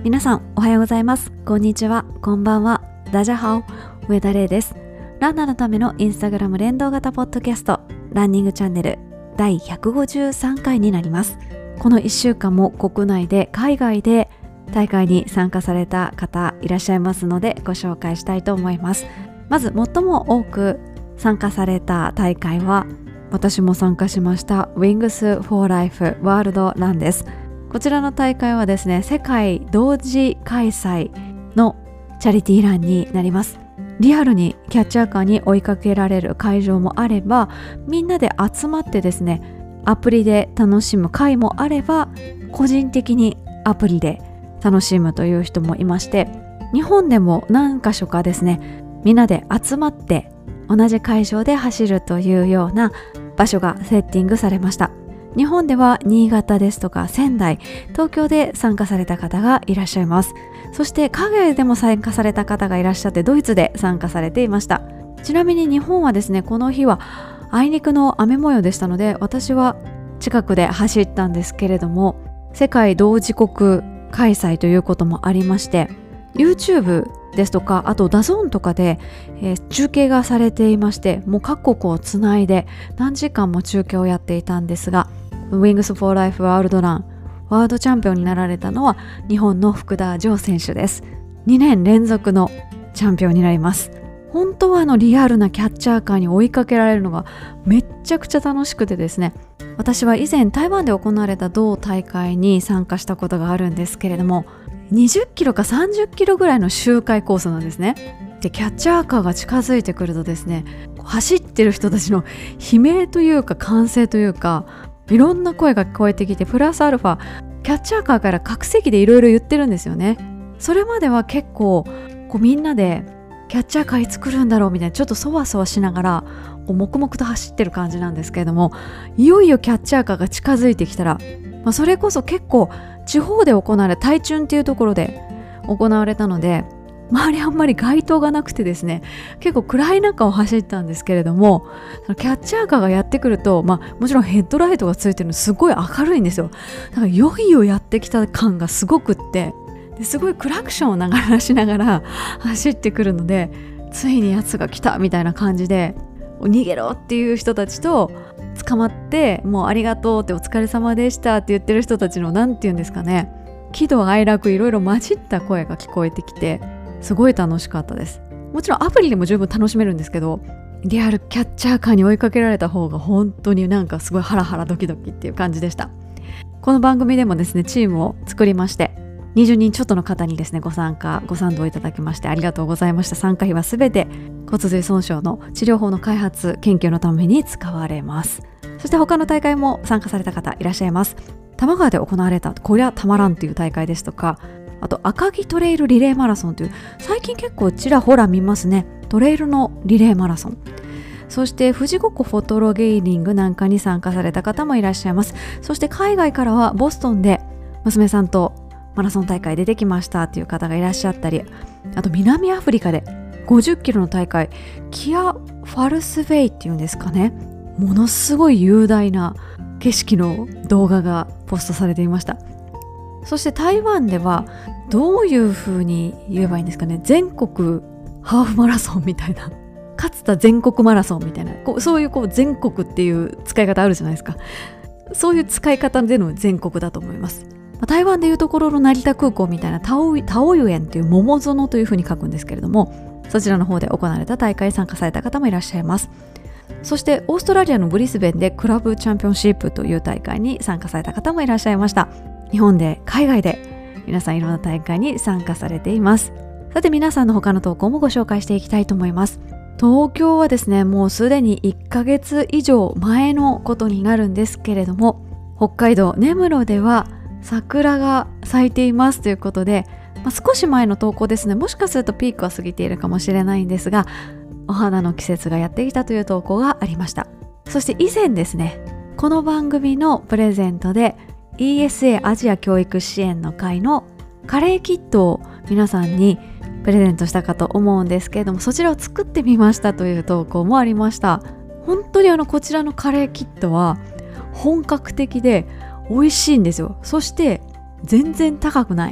皆さんおはようございます。こんにちは、こんばんは。ダジャハオ、上田玲です。ランナーのためのインスタグラム連動型ポッドキャスト、ランニングチャンネル第153回になります。この1週間も国内で海外で大会に参加された方いらっしゃいますのでご紹介したいと思います。まず最も多く参加された大会は私も参加しました Wings for Life ワールドランです。こちらの大会はですね、世界同時開催のチャリティーランになります。リアルにキャッチャーカーに追いかけられる会場もあれば、みんなで集まってですね、アプリで楽しむ会もあれば、個人的にアプリで楽しむという人もいまして、日本でも何か所かですね、みんなで集まって同じ会場で走るというような場所がセッティングされました。日本では新潟ですとか仙台、東京で参加された方がいらっしゃいます。そして海外でも参加された方がいらっしゃってドイツで参加されていました。ちなみに日本はですね、この日はあいにくの雨模様でしたので、私は近くで走ったんですけれども、世界同時刻開催ということもありまして、 YouTube ですとか、あとダゾーンとかで、中継がされていまして、もう各国をつないで何時間も中継をやっていたんですが、Wings for Life ワールドランワールドチャンピオンになられたのは日本の福田譲選手です。2年連続のチャンピオンになります。本当はリアルなキャッチャーカーに追いかけられるのがめっちゃくちゃ楽しくてですね、私は以前台湾で行われた同大会に参加したことがあるんですけれども、20キロか30キロぐらいの周回コースなんですね。で、キャッチャーカーが近づいてくるとですね、走ってる人たちの悲鳴というか歓声というか、いろんな声が聞こえてきて、プラスアルファキャッチャーカーから各席でいろいろ言ってるんですよね。それまでは結構みんなでキャッチャーカーいつ来るんだろうみたいな、ちょっとそわそわしながら黙々と走ってる感じなんですけれども、いよいよキャッチャーカーが近づいてきたら、それこそ結構地方で行われ台中っていうところで行われたので、周りあんまり街灯がなくてですね、結構暗い中を走ったんですけれども、キャッチャーカーがやってくると、もちろんヘッドライトがついてるのすごい明るいんですよ。だからいよいよやってきた感がすごくって、ですごいクラクションを鳴らしながら走ってくるので、ついにやつが来たみたいな感じで、逃げろっていう人たちと捕まって、もうありがとうって、お疲れ様でしたって言ってる人たちの、なんていうんですかね、喜怒哀楽いろいろ混じった声が聞こえてきて、すごい楽しかったです。もちろんアプリでも十分楽しめるんですけど、リアルキャッチャーカーに追いかけられた方が本当にすごいハラハラドキドキっていう感じでした。この番組でもですね、チームを作りまして、20人ちょっとの方にですね、ご賛同いただきましてありがとうございました。参加費はすべて骨髄損傷の治療法の開発研究のために使われます。そして他の大会も参加された方いらっしゃいます。多摩川で行われたこりゃたまらんという大会ですとか、あと赤城トレイルリレーマラソンという、最近結構ちらほら見ますね、トレイルのリレーマラソン。そして富士五湖フォトロゲーリングなんかに参加された方もいらっしゃいます。そして海外からはボストンで娘さんとマラソン大会出てきましたという方がいらっしゃったり、あと南アフリカで50キロの大会、キア・ファルスベイっていうんですかね、ものすごい雄大な景色の動画がポストされていました。そして台湾ではどういう風に言えばいいんですかね、全国ハーフマラソンみたいな、勝田全国マラソンみたいな、そういう全国っていう使い方あるじゃないですか。そういう使い方での全国だと思います。台湾でいうところの成田空港みたいなタオユエンという桃園という風に書くんですけれども、そちらの方で行われた大会に参加された方もいらっしゃいます。そしてオーストラリアのブリスベンでクラブチャンピオンシップという大会に参加された方もいらっしゃいました。日本で海外で皆さんいろんな大会に参加されています。さて、皆さんの他の投稿もご紹介していきたいと思います。東京はですね、もうすでに1ヶ月以上前のことになるんですけれども、北海道根室では桜が咲いていますということで、少し前の投稿ですね。もしかするとピークは過ぎているかもしれないんですが、お花の季節がやってきたという投稿がありました。そして以前ですね、この番組のプレゼントで ESA アジア教育支援の会のカレーキットを皆さんにプレゼントしたかと思うんですけれども、そちらを作ってみましたという投稿もありました。本当にこちらのカレーキットは本格的で美味しいんですよ。そして全然高くない。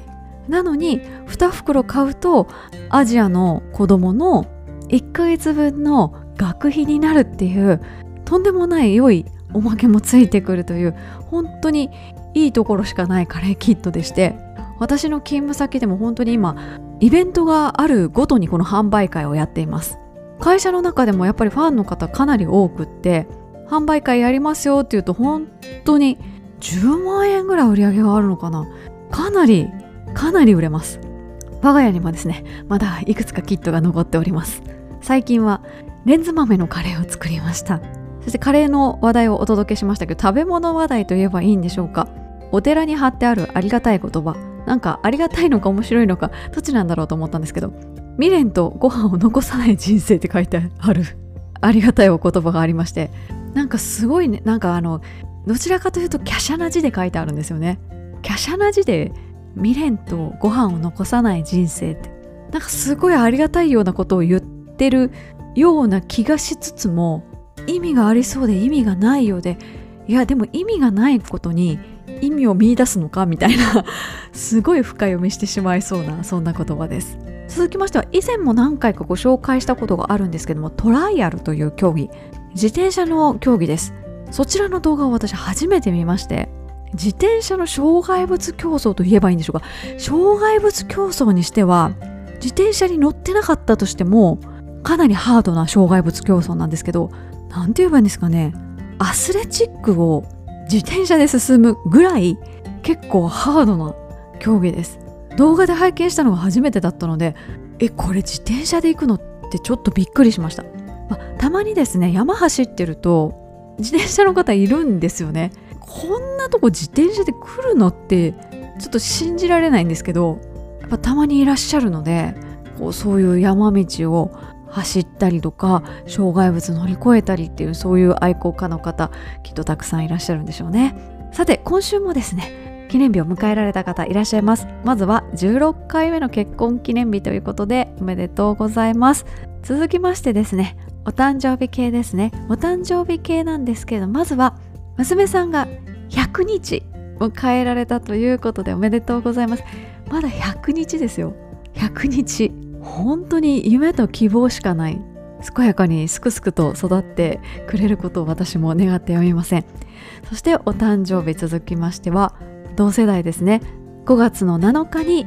なのに2袋買うとアジアの子供の1ヶ月分の学費になるっていうとんでもない良いおまけもついてくるという本当にいいところしかないカレーキットでして、私の勤務先でも本当に今イベントがあるごとにこの販売会をやっています。会社の中でもやっぱりファンの方かなり多くって、販売会やりますよっていうと本当に10万円ぐらい売り上げがあるのかな。かなり売れます。我が家にもですねまだいくつかキットが残っております。最近はレンズ豆のカレーを作りました。そしてカレーの話題をお届けしましたけど、食べ物話題といえばいいんでしょうか。お寺に貼ってあるありがたい言葉、なんかありがたいのか面白いのかどっちなんだろうと思ったんですけど、未練とご飯を残さない人生って書いてあるありがたいお言葉がありまして、なんかすごいね、なんかどちらかというと華奢な字で書いてあるんですよね。華奢な字で未練とご飯を残さない人生って、なんかすごいありがたいようなことを言ってるような気がしつつも、意味がありそうで意味がないようで、いやでも意味がないことに意味を見出すのかみたいなすごい深読みしてしまいそうな、そんな言葉です。続きましては、以前も何回かご紹介したことがあるんですけども、トライアルという競技、自転車の競技です。そちらの動画を私初めて見まして、自転車の障害物競争と言えばいいんでしょうか。障害物競争にしては自転車に乗ってなかったとしてもかなりハードな障害物競争なんですけど、なんて言えばいいんですかね、アスレチックを自転車で進むぐらい結構ハードな競技です。動画で拝見したのが初めてだったので、これ自転車で行くのってちょっとびっくりしました。たまにですね、山走ってると自転車の方いるんですよね。こんなとこ自転車で来るのってちょっと信じられないんですけど、やっぱたまにいらっしゃるので、そういう山道を走ったりとか障害物乗り越えたりっていう、そういう愛好家の方きっとたくさんいらっしゃるんでしょうね。さて今週もですね、記念日を迎えられた方いらっしゃいます。まずは16回目の結婚記念日ということでおめでとうございます。続きましてですね、お誕生日系ですね。お誕生日系なんですけれど、まずは娘さんが100日迎えられたということでおめでとうございます。まだ100日ですよ。100日、本当に夢と希望しかない、健やかにすくすくと育ってくれることを私も願ってやみません。そしてお誕生日続きましては同世代ですね。5月の7日に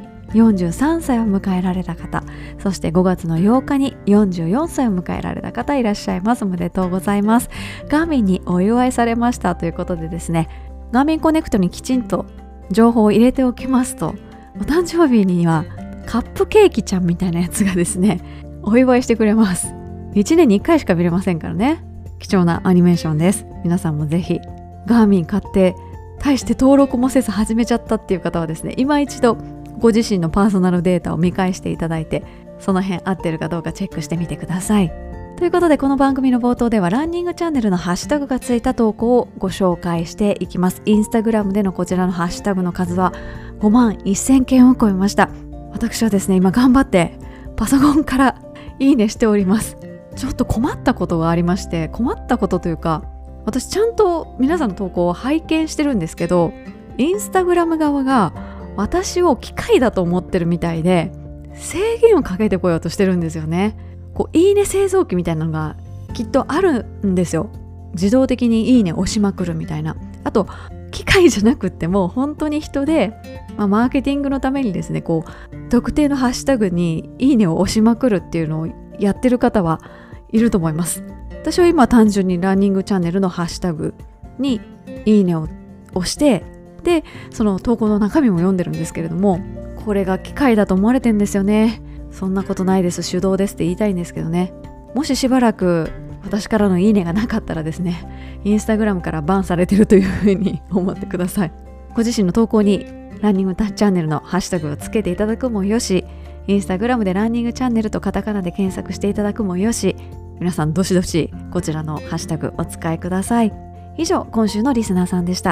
43歳を迎えられた方、そして5月の8日に44歳を迎えられた方いらっしゃいます。おめでとうございます。ガーミンにお祝いされましたということでですね、ガーミンコネクトにきちんと情報を入れておきますと、お誕生日にはカップケーキちゃんみたいなやつがですねお祝いしてくれます。1年に1回しか見れませんからね。貴重なアニメーションです。皆さんもぜひガーミン買って大して登録もせず始めちゃったっていう方はですね、今一度ご自身のパーソナルデータを見返していただいて、その辺合ってるかどうかチェックしてみてください。ということで、この番組の冒頭ではランニングチャンネルのハッシュタグがついた投稿をご紹介していきます。インスタグラムでのこちらのハッシュタグの数は5万1000件を超えました。私はですね、今頑張ってパソコンからいいねしております。ちょっと困ったことがありまして、困ったことというか、私ちゃんと皆さんの投稿を拝見してるんですけど、インスタグラム側が私を機械だと思ってるみたいで制限をかけてこようとしてるんですよね。いいね製造機みたいなのがきっとあるんですよ。自動的にいいね押しまくるみたいな。あと機械じゃなくっても本当に人で、マーケティングのためにですね、特定のハッシュタグにいいねを押しまくるっていうのをやってる方はいると思います。私は今単純にランニングチャンネルのハッシュタグにいいねを押して、でその投稿の中身も読んでるんですけれども、これが機械だと思われてんですよね。そんなことないです、手動ですって言いたいんですけどね。もししばらく私からのいいねがなかったらですね、インスタグラムからバンされてるというふうに思ってください。ご自身の投稿にランニングチャンネルのハッシュタグをつけていただくもよし、インスタグラムでランニングチャンネルとカタカナで検索していただくもよし、皆さんどしどしこちらのハッシュタグお使いください。以上、今週のリスナーさんでした。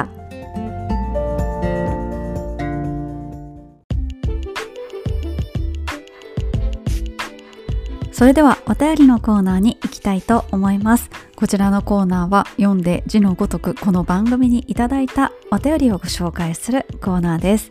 それではお便りのコーナーに行きたいと思います。こちらのコーナーは読んで字のごとくこの番組にいただいたお便りをご紹介するコーナーです。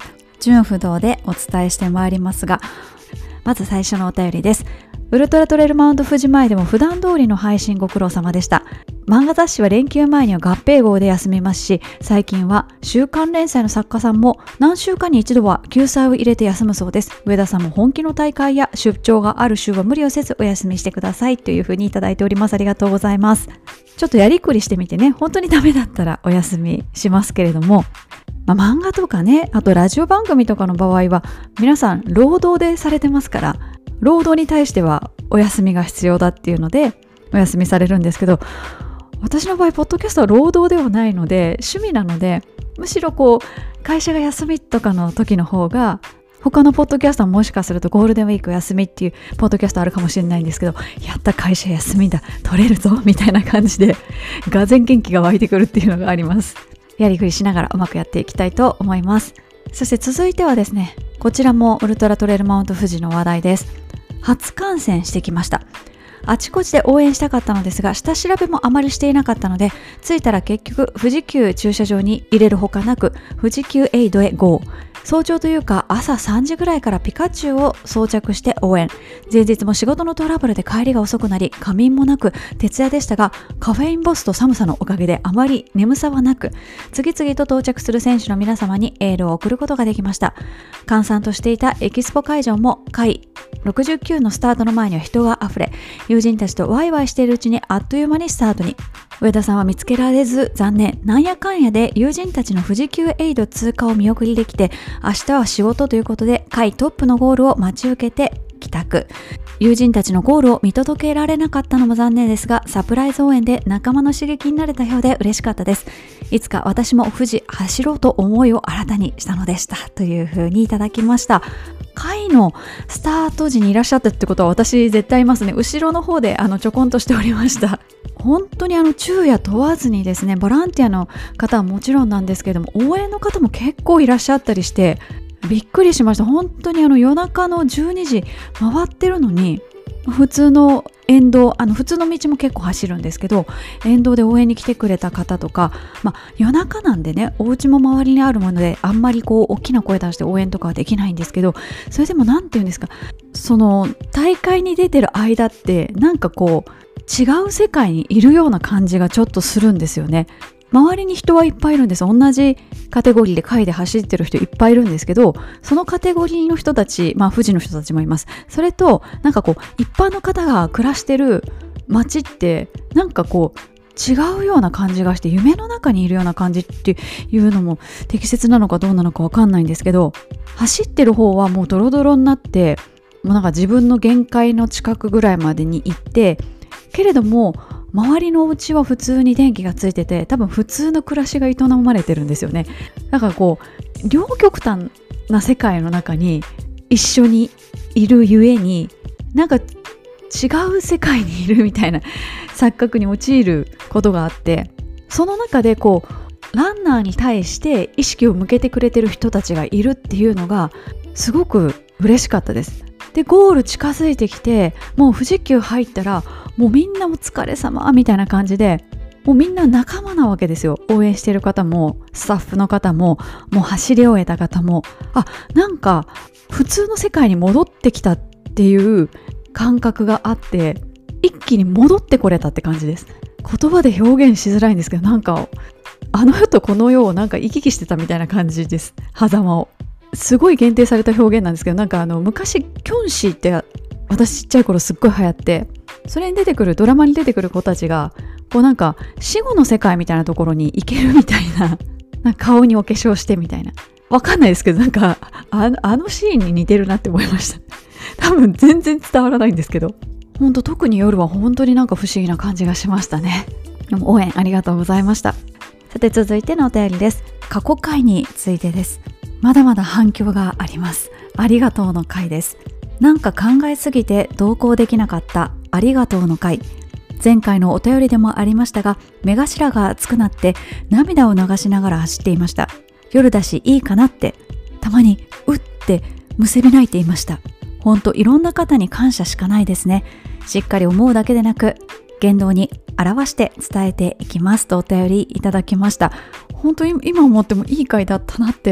純不動でお伝えしてまいりますが、まず最初のお便りです。ウルトラトレイルマウント富士前でも普段通りの配信ご苦労様でした。漫画雑誌は連休前には合併号で休みますし、最近は週刊連載の作家さんも何週間に一度は休載を入れて休むそうです。上田さんも本気の大会や出張がある週は無理をせずお休みしてくださいというふうにいただいております。ありがとうございます。ちょっとやりくりしてみてね、本当にダメだったらお休みしますけれども、漫画とかね、あとラジオ番組とかの場合は皆さん労働でされてますから、労働に対してはお休みが必要だっていうのでお休みされるんですけど、私の場合ポッドキャストは労働ではないので趣味なので、むしろ会社が休みとかの時の方が、他のポッドキャストはもしかするとゴールデンウィーク休みっていうポッドキャストあるかもしれないんですけど、やった会社休みだ、取れるぞみたいな感じでがぜん元気が湧いてくるっていうのがあります。やりくりしながらうまくやっていきたいと思います。そして続いてはですね、こちらもウルトラトレイルマウント富士の話題です。初観戦してきました。あちこちで応援したかったのですが、下調べもあまりしていなかったので、着いたら結局富士急駐車場に入れるほかなく、富士急エイドへ GO。早朝というか朝3時ぐらいからピカチュウを装着して応援。前日も仕事のトラブルで帰りが遅くなり、仮眠もなく徹夜でしたが、カフェインボスと寒さのおかげであまり眠さはなく、次々と到着する選手の皆様にエールを送ることができました。閑散としていたエキスポ会場も回69のスタートの前には人があふれ、友人たちとワイワイしているうちにあっという間にスタートに。上田さんは見つけられず残念。なんやかんやで友人たちの富士急エイド通過を見送りできて、明日は仕事ということで回トップのゴールを待ち受けて帰宅。友人たちのゴールを見届けられなかったのも残念ですが、サプライズ応援で仲間の刺激になれたようで嬉しかったです。いつか私も富士走ろうと思いを新たにしたのでしたというふうにいただきました。会のスタート時にいらっしゃったってことは私絶対いますね。後ろの方でちょこんとしておりました。本当に昼夜問わずにですね、ボランティアの方はもちろんなんですけれども、応援の方も結構いらっしゃったりしてびっくりしました。本当に夜中の12時回ってるのに、普通の沿道、普通の道も結構走るんですけど、沿道で応援に来てくれた方とか、夜中なんでね、お家も周りにあるものであんまり大きな声出して応援とかはできないんですけど、それでもなんていうんですか、その大会に出てる間ってなんか違う世界にいるような感じがちょっとするんですよね。周りに人はいっぱいいるんです。同じカテゴリーで会で走ってる人いっぱいいるんですけど、そのカテゴリーの人たち、富士の人たちもいます。それとなんか一般の方が暮らしてる街ってなんか違うような感じがして、夢の中にいるような感じっていうのも適切なのかどうなのかわかんないんですけど、走ってる方はもうドロドロになって、もうなんか自分の限界の近くぐらいまでに行って、けれども周りのお家は普通に電気がついてて、多分普通の暮らしが営まれてるんですよね。だから両極端な世界の中に一緒にいるゆえに、なんか違う世界にいるみたいな錯覚に陥ることがあって、その中でランナーに対して意識を向けてくれてる人たちがいるっていうのがすごく嬉しかったです。でゴール近づいてきて、もう富士急入ったらもうみんなお疲れ様みたいな感じで、もうみんな仲間なわけですよ。応援してる方もスタッフの方も、もう走り終えた方も、なんか普通の世界に戻ってきたっていう感覚があって、一気に戻ってこれたって感じです。言葉で表現しづらいんですけど、なんか世とこの世をなんか行き来してたみたいな感じです。狭間をすごい限定された表現なんですけど、なんか昔キョンシーって私ちっちゃい頃すっごい流行って、それに出てくるドラマに出てくる子たちがなんか死後の世界みたいなところに行けるみたいな、なんか顔にお化粧してみたいな、わかんないですけど、なんかあのシーンに似てるなって思いました。多分全然伝わらないんですけど、本当特に夜は本当になんか不思議な感じがしましたね。でも応援ありがとうございました。さて続いてのお便りです。過去回についてです。まだまだ反響があります。ありがとうの回です。なんか考えすぎて同行できなかったありがとうの回。前回のお便りでもありましたが、目頭が熱くなって涙を流しながら走っていました。夜だしいいかなって、たまにうってむせび泣いていました。ほんといろんな方に感謝しかないですね。しっかり思うだけでなく言動に表して伝えていきますとお便りいただきました。本当に今思ってもいい回だったなって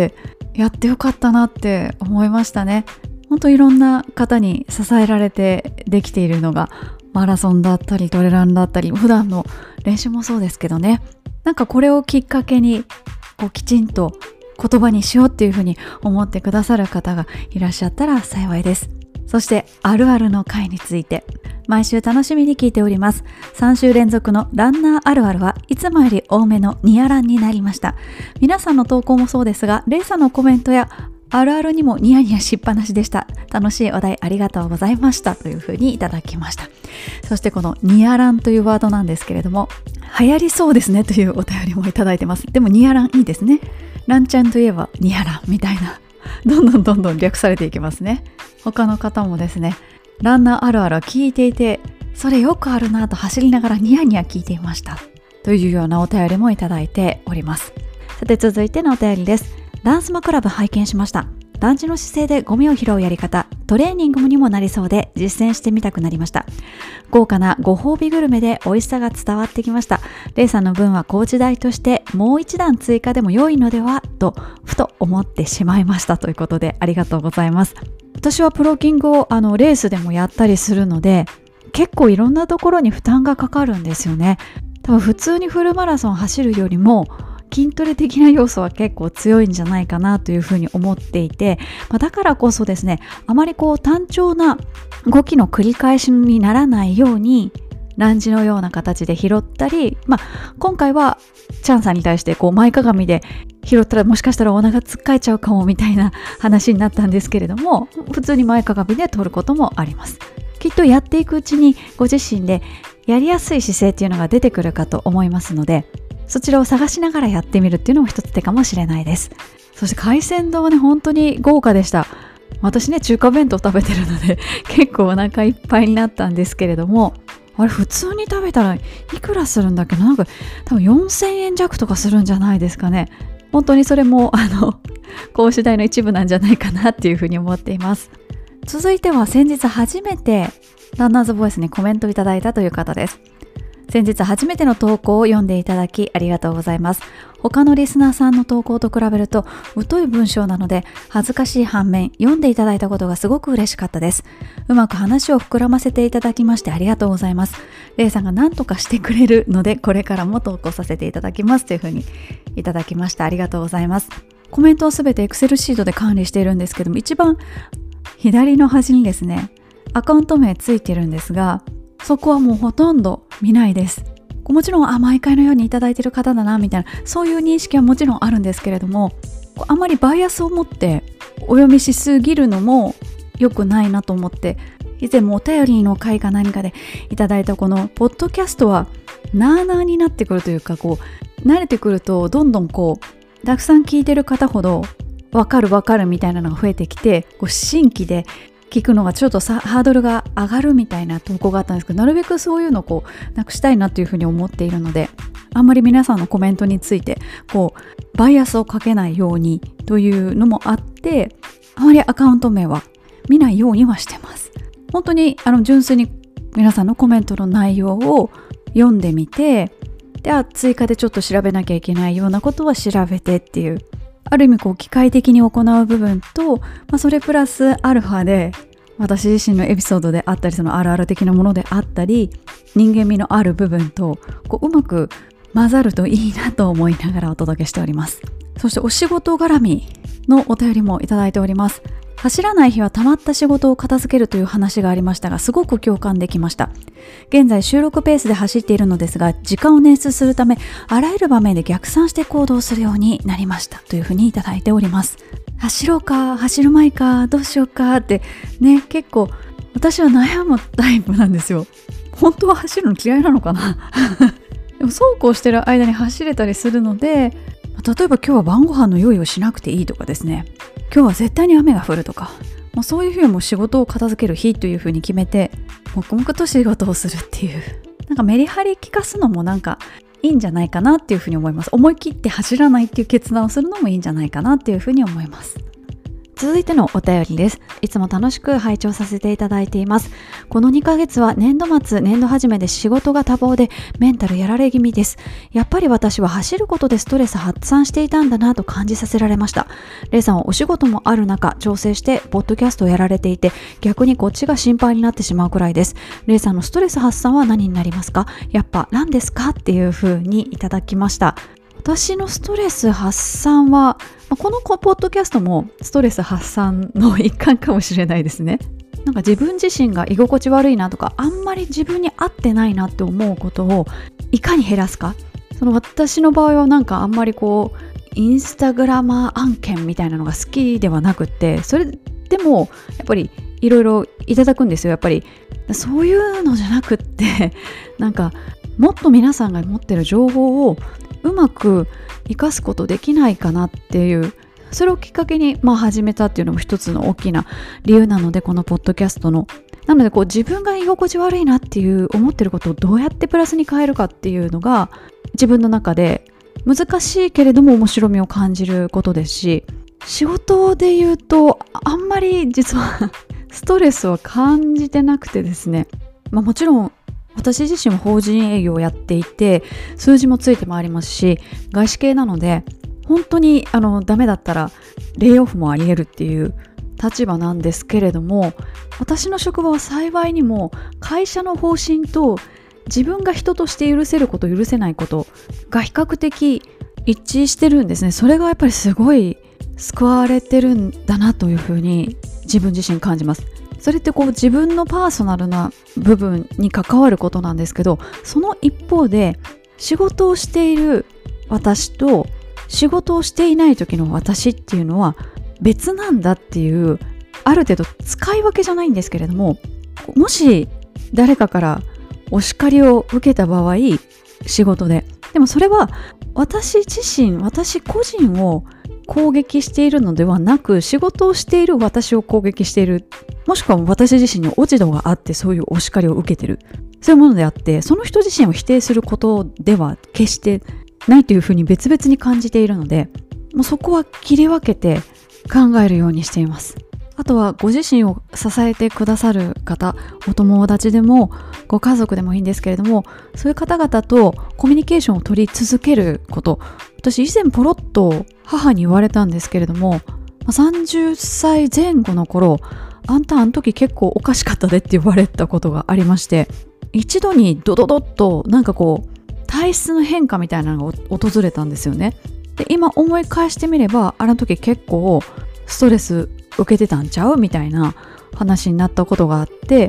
やってよかったなって思いましたね。本当いろんな方に支えられてできているのがマラソンだったりトレランだったり普段の練習もそうですけどね、なんかこれをきっかけにきちんと言葉にしようっていうふうに思ってくださる方がいらっしゃったら幸いです。そしてあるあるの回について毎週楽しみに聞いております。3週連続のランナーあるあるはいつもより多めのニアランになりました。皆さんの投稿もそうですが、レイさんのコメントやあるあるにもニヤニヤしっぱなしでした。楽しいお題ありがとうございましたというふうにいただきました。そしてこのニアランというワードなんですけれども、流行りそうですねというお便りもいただいてます。でもニアランいいですね。ランちゃんといえばニアランみたいな、どんどん略されていきますね。他の方もですね、ランナーあるあるは聞いていて、それよくあるなと走りながらニヤニヤ聞いていましたというようなお便りもいただいております。さて続いてのお便りです。ダンスマクラブ拝見しました。ランジの姿勢でゴミを拾うやり方、トレーニングにもなりそうで実践してみたくなりました。豪華なご褒美グルメで美味しさが伝わってきました。レイさんの分はコーチ代としてもう一段追加でも良いのではとふと思ってしまいましたということで、ありがとうございます。私はプロキングをレースでもやったりするので、結構いろんなところに負担がかかるんですよね。多分普通にフルマラソン走るよりも筋トレ的な要素は結構強いんじゃないかなというふうに思っていて、だからこそですね、あまり単調な動きの繰り返しにならないようにランジのような形で拾ったり、今回はチャンさんに対して前かがみで拾ったらもしかしたらお腹つっかえちゃうかもみたいな話になったんですけれども、普通に前かがみで取ることもあります。きっとやっていくうちにご自身でやりやすい姿勢っていうのが出てくるかと思いますので、そちらを探しながらやってみるっていうのも一つ手かもしれないです。そして海鮮丼はね、本当に豪華でした。私ね、中華弁当食べてるので結構お腹いっぱいになったんですけれども、あれ普通に食べたらいくらするんだっけな、多分4000円弱とかするんじゃないですかね。本当にそれも講師代の一部なんじゃないかなっていうふうに思っています。続いては先日初めてランナーズボイスにコメントいただいたという方です。先日初めての投稿を読んでいただきありがとうございます。他のリスナーさんの投稿と比べると疎い文章なので恥ずかしい反面、読んでいただいたことがすごく嬉しかったです。うまく話を膨らませていただきましてありがとうございます。レイさんが何とかしてくれるのでこれからも投稿させていただきますというふうにいただきました。ありがとうございます。コメントをすべて Excel シートで管理しているんですけども、一番左の端にですね、アカウント名ついてるんですが、そこはもうほとんど見ないです。もちろん毎回のようにいただいている方だなみたいな、そういう認識はもちろんあるんですけれども、あまりバイアスを持ってお読みしすぎるのも良くないなと思って、以前もお便りの回か何かでいただいたこのポッドキャストはなーなーになってくるというか、慣れてくるとどんどんたくさん聞いてる方ほどわかるみたいなのが増えてきて、新規で聞くのがちょっとハードルが上がるみたいな投稿があったんですけど、なるべくそういうのをなくしたいなというふうに思っているので、あんまり皆さんのコメントについてバイアスをかけないようにというのもあって、あまりアカウント名は見ないようにはしてます。本当に純粋に皆さんのコメントの内容を読んでみて、で追加でちょっと調べなきゃいけないようなことは調べてっていう、ある意味機械的に行う部分と、それプラスアルファで私自身のエピソードであったり、そのあるある的なものであったり、人間味のある部分とうまく混ざるといいなと思いながらお届けしております。そしてお仕事絡みのお便りもいただいております。走らない日は溜まった仕事を片付けるという話がありましたが、すごく共感できました。現在収録ペースで走っているのですが、時間を捻出するためあらゆる場面で逆算して行動するようになりましたというふうにいただいております。走ろうか走る前かどうしようかってね、結構私は悩むタイプなんですよ。本当は走るの嫌いなのかなでもそうこうしてる間に走れたりするので、例えば今日は晩ご飯の用意をしなくていいとかですね、今日は絶対に雨が降るとか、そういう日はもう仕事を片付ける日というふうに決めて黙々と仕事をするっていう、メリハリ効かすのもいいんじゃないかなっていうふうに思います。思い切って走らないっていう決断をするのもいいんじゃないかなっていうふうに思います。 続いてのお便りです。いつも楽しく拝聴させていただいています。この2ヶ月は年度末、年度始めで仕事が多忙でメンタルやられ気味です。やっぱり私は走ることでストレス発散していたんだなと感じさせられました。レイさんはお仕事もある中、調整してポッドキャストをやられていて、逆にこっちが心配になってしまうくらいです。レイさんのストレス発散は何になりますか？やっぱ何ですか？っていう風にいただきました。私のストレス発散は、このポッドキャストもストレス発散の一環かもしれないですね。なんか自分自身が居心地悪いなとか、あんまり自分に合ってないなって思うことをいかに減らすか。その私の場合はなんかあんまりインスタグラマー案件みたいなのが好きではなくって、それでもやっぱりいろいろいただくんですよ。やっぱりそういうのじゃなくってなんかもっと皆さんが持ってる情報をうまく生かすことできないかなっていう、それをきっかけに始めたっていうのも一つの大きな理由なので、このポッドキャストのなので自分が居心地悪いなっていう思ってることをどうやってプラスに変えるかっていうのが自分の中で難しいけれども面白みを感じることですし、仕事で言うとあんまり実はストレスは感じてなくてですね、もちろん私自身も法人営業をやっていて数字もついて回りますし、外資系なので本当にダメだったらレイオフもあり得るっていう立場なんですけれども、私の職場は幸いにも会社の方針と自分が人として許せること許せないことが比較的一致してるんですね。それがやっぱりすごい救われてるんだなというふうに自分自身感じます。それって自分のパーソナルな部分に関わることなんですけど、その一方で仕事をしている私と仕事をしていない時の私っていうのは別なんだっていう、ある程度使い分けじゃないんですけれども、もし誰かからお叱りを受けた場合、仕事でもそれは私自身、私個人を攻撃しているのではなく、仕事をしている私を攻撃している、もしくは私自身に落ち度があってそういうお叱りを受けてる、そういうものであって、その人自身を否定することでは決してないというふうに別々に感じているので、もうそこは切り分けて考えるようにしています。あとはご自身を支えてくださる方、お友達でもご家族でもいいんですけれども、そういう方々とコミュニケーションを取り続けること。私以前ポロッと母に言われたんですけれども、30歳前後の頃、あんたあの時結構おかしかったでって言われたことがありまして、一度にドドドッと体質の変化みたいなのが訪れたんですよね。で、今思い返してみれば、あの時結構ストレス受けてたんちゃうみたいな話になったことがあって、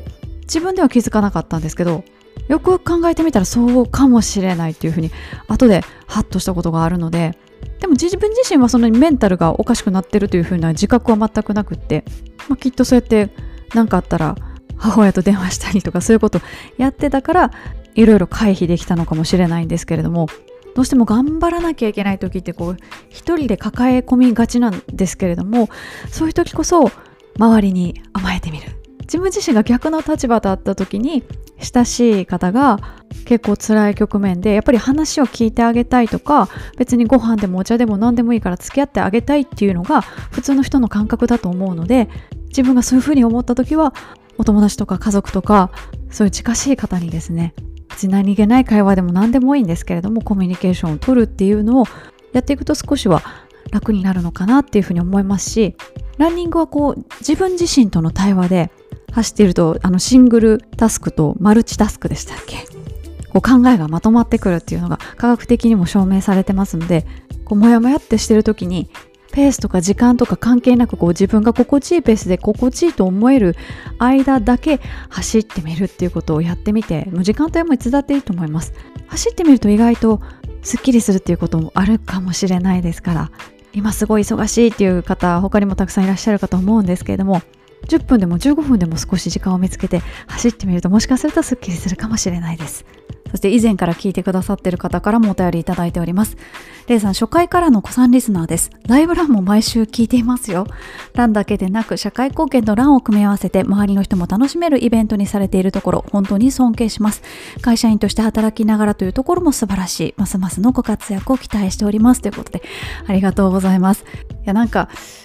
自分では気づかなかったんですけど、よく考えてみたらそうかもしれないっていうふうに後でハッとしたことがあるので、でも自分自身はそのメンタルがおかしくなってるというふうな自覚は全くなくって、きっとそうやって何かあったら母親と電話したりとかそういうことやってたからいろいろ回避できたのかもしれないんですけれども、どうしても頑張らなきゃいけない時って一人で抱え込みがちなんですけれども、そういう時こそ周りに甘えてみる。自分自身が逆の立場だった時に親しい方が結構辛い局面でやっぱり話を聞いてあげたいとか、別にご飯でもお茶でも何でもいいから付き合ってあげたいっていうのが普通の人の感覚だと思うので、自分がそういうふうに思った時はお友達とか家族とかそういう近しい方にですね、何気ない会話でも何でもいいんですけれどもコミュニケーションを取るっていうのをやっていくと少しは楽になるのかなっていうふうに思いますし、ランニングは自分自身との対話で走っているとシングルタスクとマルチタスクでしたっけ、考えがまとまってくるっていうのが科学的にも証明されてますので、もやもやってしてる時にペースとか時間とか関係なく自分が心地いいペースで心地いいと思える間だけ走ってみるっていうことをやってみて、時間帯もいつだっていいと思います。走ってみると意外とスッキリするっていうこともあるかもしれないですから、今すごい忙しいっていう方他にもたくさんいらっしゃるかと思うんですけれども、10分でも15分でも少し時間を見つけて走ってみるともしかするとスッキリするかもしれないです。そして以前から聞いてくださっている方からもお便りいただいております。レイさん、初回からの子さんリスナーです。ライブランも毎週聞いていますよ。ランだけでなく社会貢献とランを組み合わせて周りの人も楽しめるイベントにされているところ、本当に尊敬します。会社員として働きながらというところも素晴らしい。ますますのご活躍を期待しておりますということで、ありがとうございます。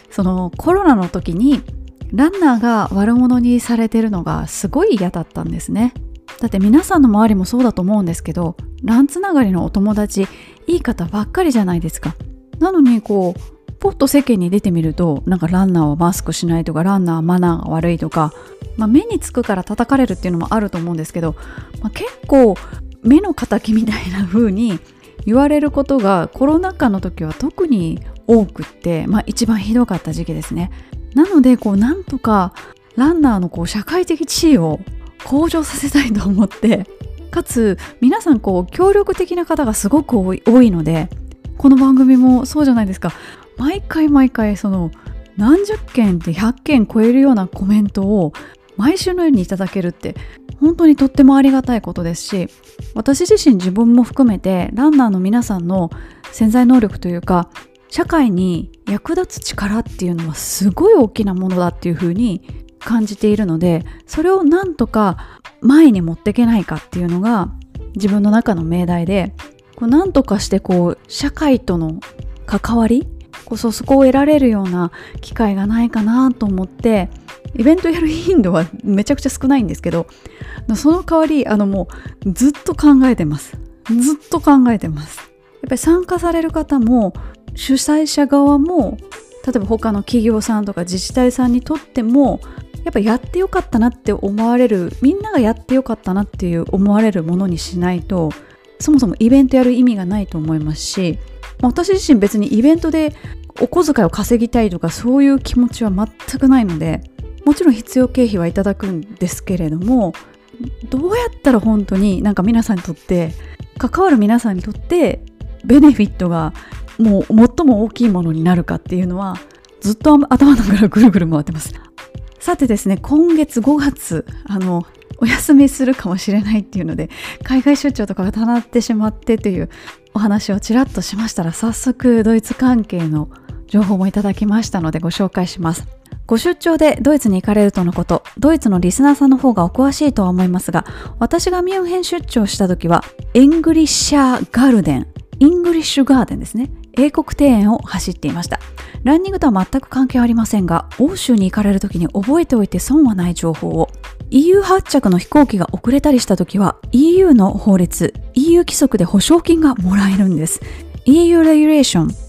そのコロナの時にランナーが悪者にされてるのがすごい嫌だったんですね。だって皆さんの周りもそうだと思うんですけど、ランつながりのお友達いい方ばっかりじゃないですか。なのにポッと世間に出てみると、なんかランナーはマスクしないとか、ランナーはマナーが悪いとか、目につくから叩かれるっていうのもあると思うんですけど、結構目の敵みたいな風に言われることがコロナ禍の時は特に多くって、一番ひどかった時期ですね。なのでなんとかランナーの社会的地位を向上させたいと思って、かつ皆さん協力的な方がすごく多いので、この番組もそうじゃないですか。毎回その何十件って100件超えるようなコメントを毎週のようにいただけるって本当にとってもありがたいことですし、私自身自分も含めてランナーの皆さんの潜在能力というか、社会に役立つ力っていうのはすごい大きなものだっていう風に感じているので、それをなんとか前に持っていけないかっていうのが自分の中の命題で、なんとかして社会との関わり、そこを得られるような機会がないかなと思って、イベントやる頻度はめちゃくちゃ少ないんですけど、その代わりもうずっと考えてます。やっぱり参加される方も主催者側も、例えば他の企業さんとか自治体さんにとっても、やっぱやってよかったなって思われる、みんながやってよかったなっていう思われるものにしないと、そもそもイベントやる意味がないと思いますし、私自身別にイベントでお小遣いを稼ぎたいとかそういう気持ちは全くないので、もちろん必要経費はいただくんですけれども、どうやったら本当に皆さんにとって、関わる皆さんにとってベネフィットがもう最も大きいものになるかっていうのはずっと頭の中ぐるぐる回ってます。さてですね、今月5月お休みするかもしれないっていうので、海外出張とかがたなってしまってというお話をちらっとしましたら、早速ドイツ関係の情報もいただきましたのでご紹介します。ご出張でドイツに行かれるとのこと、ドイツのリスナーさんの方がお詳しいとは思いますが、私がミュンヘン出張した時はイングリッシュガーデンですね、英国庭園を走っていました。ランニングとは全く関係ありませんが、欧州に行かれる時に覚えておいて損はない情報を。 EU 発着の飛行機が遅れたりした時は EU の法律、 EU 規則で保証金がもらえるんです。 EU レギュレーション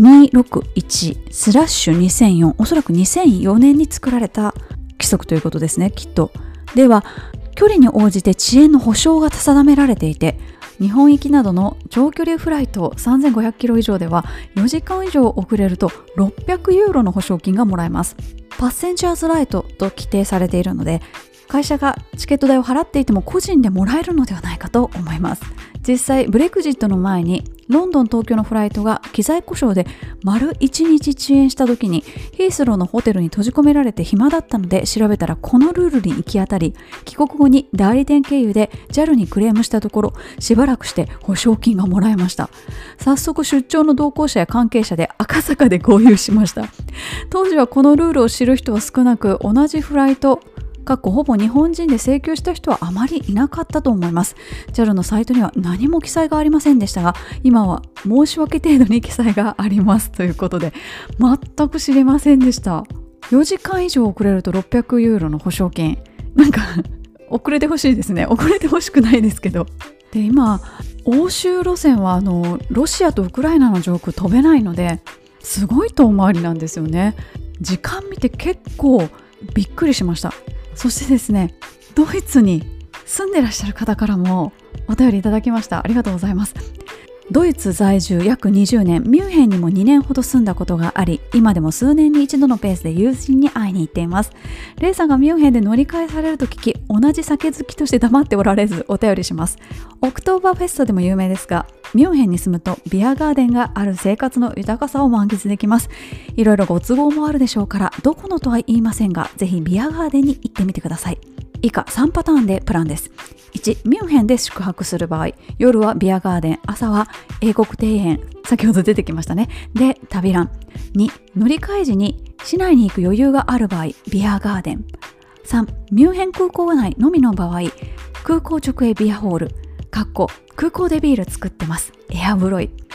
261/2004、おそらく2004年に作られた規則ということですね、きっと。では距離に応じて遅延の保証が定められていて、日本行きなどの長距離フライト3500キロ以上では4時間以上遅れると600ユーロの保証金がもらえます。パッセンジャーズライトと規定されているので、会社がチケット代を払っていても個人でもらえるのではないかと思います。実際ブレクジットの前にロンドン東京のフライトが機材故障で丸1日遅延した時に、ヒースローのホテルに閉じ込められて暇だったので調べたら、このルールに行き当たり、帰国後に代理店経由で JAL にクレームしたところ、しばらくして保証金がもらえました。早速出張の同行者や関係者で赤坂で合流しました。当時はこのルールを知る人は少なく、同じフライトほぼ日本人で請求した人はあまりいなかったと思います。 JAL のサイトには何も記載がありませんでしたが、今は申し訳程度に記載がありますということで、全く知りませんでした。4時間以上遅れると600ユーロの保証金、遅れてほしいですね。遅れてほしくないですけど。で、今欧州路線はロシアとウクライナの上空飛べないので、すごい遠回りなんですよね。時間見て結構びっくりしました。そしてですね、ドイツに住んでらっしゃる方からもお便りいただきました。ありがとうございます。ドイツ在住約20年、ミュンヘンにも2年ほど住んだことがあり、今でも数年に一度のペースで友人に会いに行っています。レイさんがミュンヘンで乗り換えされると聞き、同じ酒好きとして黙っておられずお便りします。オクトーバーフェストでも有名ですが、ミュンヘンに住むとビアガーデンがある生活の豊かさを満喫できます。いろいろご都合もあるでしょうから、どこのとは言いませんが、ぜひビアガーデンに行ってみてください。以下3パターンでプランです。1、ミュンヘンで宿泊する場合、夜はビアガーデン、朝は英国庭園、先ほど出てきましたね、で旅ラン。2、乗り換え時に市内に行く余裕がある場合、ビアガーデン。3、ミュンヘン空港内のみの場合、空港直営ビアホール、空港でビール作ってます、エアブロイ。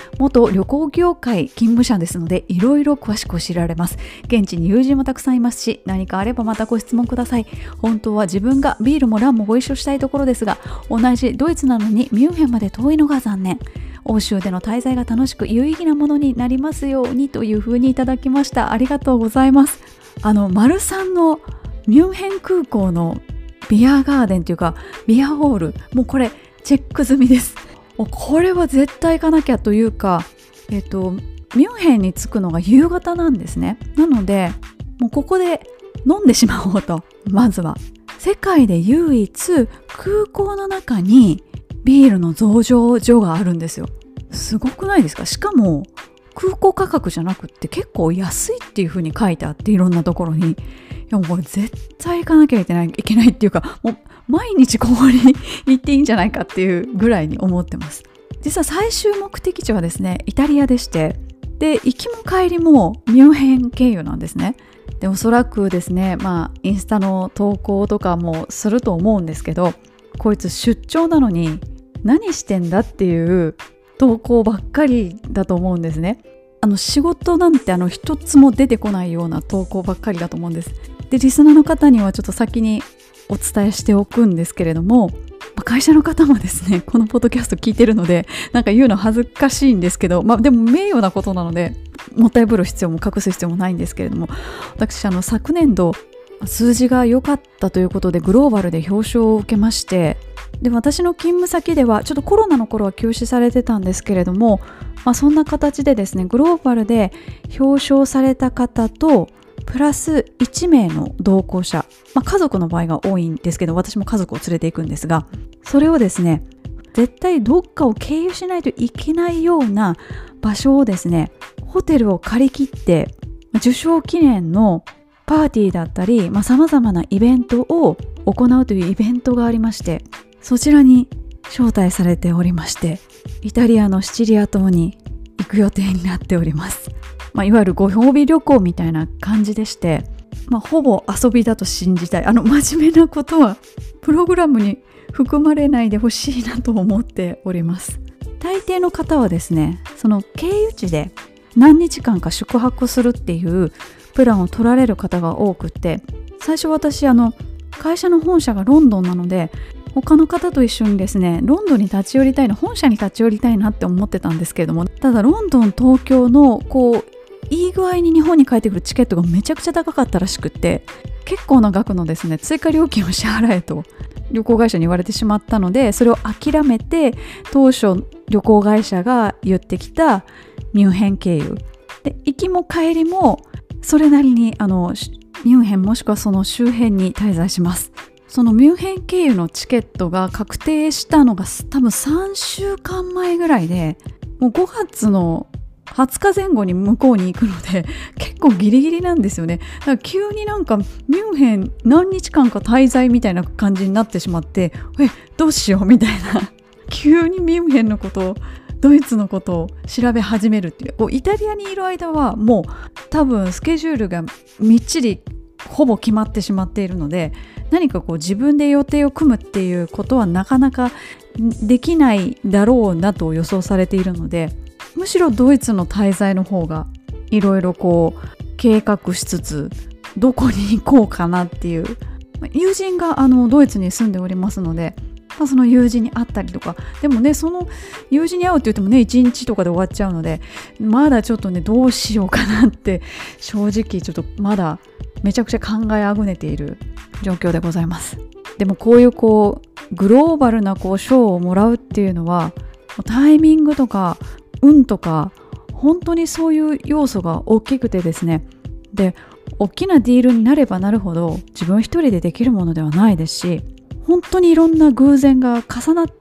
元旅行業界勤務者ですので、いろいろ詳しく教えられます。現地に友人もたくさんいますし、何かあればまたご質問ください。本当は自分がビールもランもご一緒したいところですが、同じドイツなのにミュンヘンまで遠いのが残念。欧州での滞在が楽しく有意義なものになりますようにというふうにいただきました。ありがとうございます。丸三のミュンヘン空港のビアガーデンというかビアホール、もうこれチェック済みです。これは絶対行かなきゃというか、ミュンヘンに着くのが夕方なんですね。なのでもうここで飲んでしまおうと。まずは世界で唯一空港の中にビールの増上所があるんですよ。すごくないですか？しかも空港価格じゃなくって結構安いっていう風に書いてあって、いろんなところに、いやもうこれ絶対行かなきゃいけないっていうか、もう毎日ここに行っていいんじゃないかっていうぐらいに思ってます。実は最終目的地はですね、イタリアでして、で行きも帰りもミュンヘン経由なんですね。でおそらくですね、インスタの投稿とかもすると思うんですけど、こいつ出張なのに何してんだっていう投稿ばっかりだと思うんですね。仕事なんて一つも出てこないような投稿ばっかりだと思うんです。でリスナーの方にはちょっと先にお伝えしておくんですけれども、会社の方もですねこのポッドキャスト聞いてるのでなんか言うの恥ずかしいんですけど、でも名誉なことなのでもったいぶる必要も隠す必要もないんですけれども、私昨年度数字が良かったということでグローバルで表彰を受けまして、で私の勤務先ではちょっとコロナの頃は休止されてたんですけれども、そんな形でですねグローバルで表彰された方とプラス1名の同行者、家族の場合が多いんですけど、私も家族を連れていくんですが、それをですね絶対どっかを経由しないといけないような場所をですね、ホテルを借り切って受賞記念のパーティーだったり、様々なイベントを行うというイベントがありまして、そちらに招待されておりまして、イタリアのシチリア島に行く予定になっております。いわゆるご褒美旅行みたいな感じでして、ほぼ遊びだと信じたい。真面目なことはプログラムに含まれないでほしいなと思っております。大抵の方はですね、その経由地で何日間か宿泊するっていうプランを取られる方が多くて、最初私会社の本社がロンドンなので、他の方と一緒にですねロンドンに立ち寄りたいな、本社に立ち寄りたいなって思ってたんですけれども、ただロンドン東京のいい具合に日本に帰ってくるチケットがめちゃくちゃ高かったらしくって、結構な額のですね追加料金を支払えと旅行会社に言われてしまったので、それを諦めて当初旅行会社が言ってきたミュンヘン経由で、行きも帰りもそれなりにミュンヘンもしくはその周辺に滞在します。そのミュンヘン経由のチケットが確定したのが多分3週間前ぐらいで、もう5月の20日前後に向こうに行くので結構ギリギリなんですよね。だから急になんかミュンヘン何日間か滞在みたいな感じになってしまって、どうしようみたいな急にミュンヘンのことをドイツのことを調べ始めるっていう、イタリアにいる間はもう多分スケジュールがみっちりほぼ決まってしまっているので、何か自分で予定を組むっていうことはなかなかできないだろうなと予想されているので、むしろドイツの滞在の方がいろいろ計画しつつどこに行こうかなっていう、友人がドイツに住んでおりますので、その友人に会ったりとか、でもねその友人に会うって言ってもね1日とかで終わっちゃうので、まだちょっとねどうしようかなって正直ちょっとまだめちゃくちゃ考えあぐねている状況でございます。でもこういうグローバルな賞をもらうっていうのはタイミングとか運とか本当にそういう要素が大きくてですね、で大きなディールになればなるほど自分一人でできるものではないですし、本当にいろんな偶然が重なって、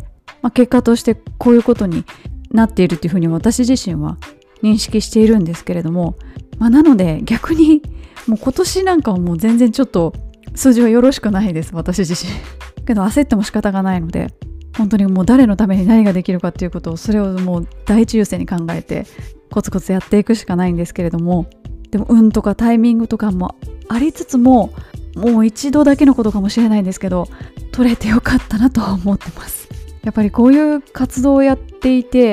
結果としてこういうことになっているというふうに私自身は認識しているんですけれども、なので逆にもう今年なんかはもう全然ちょっと数字はよろしくないです、私自身けど焦っても仕方がないので、本当にもう誰のために何ができるかっていうことを、それをもう第一優先に考えてコツコツやっていくしかないんですけれども、でも運とかタイミングとかもありつつも、もう一度だけのことかもしれないんですけど取れてよかったなとは思ってます。やっぱりこういう活動をやっていて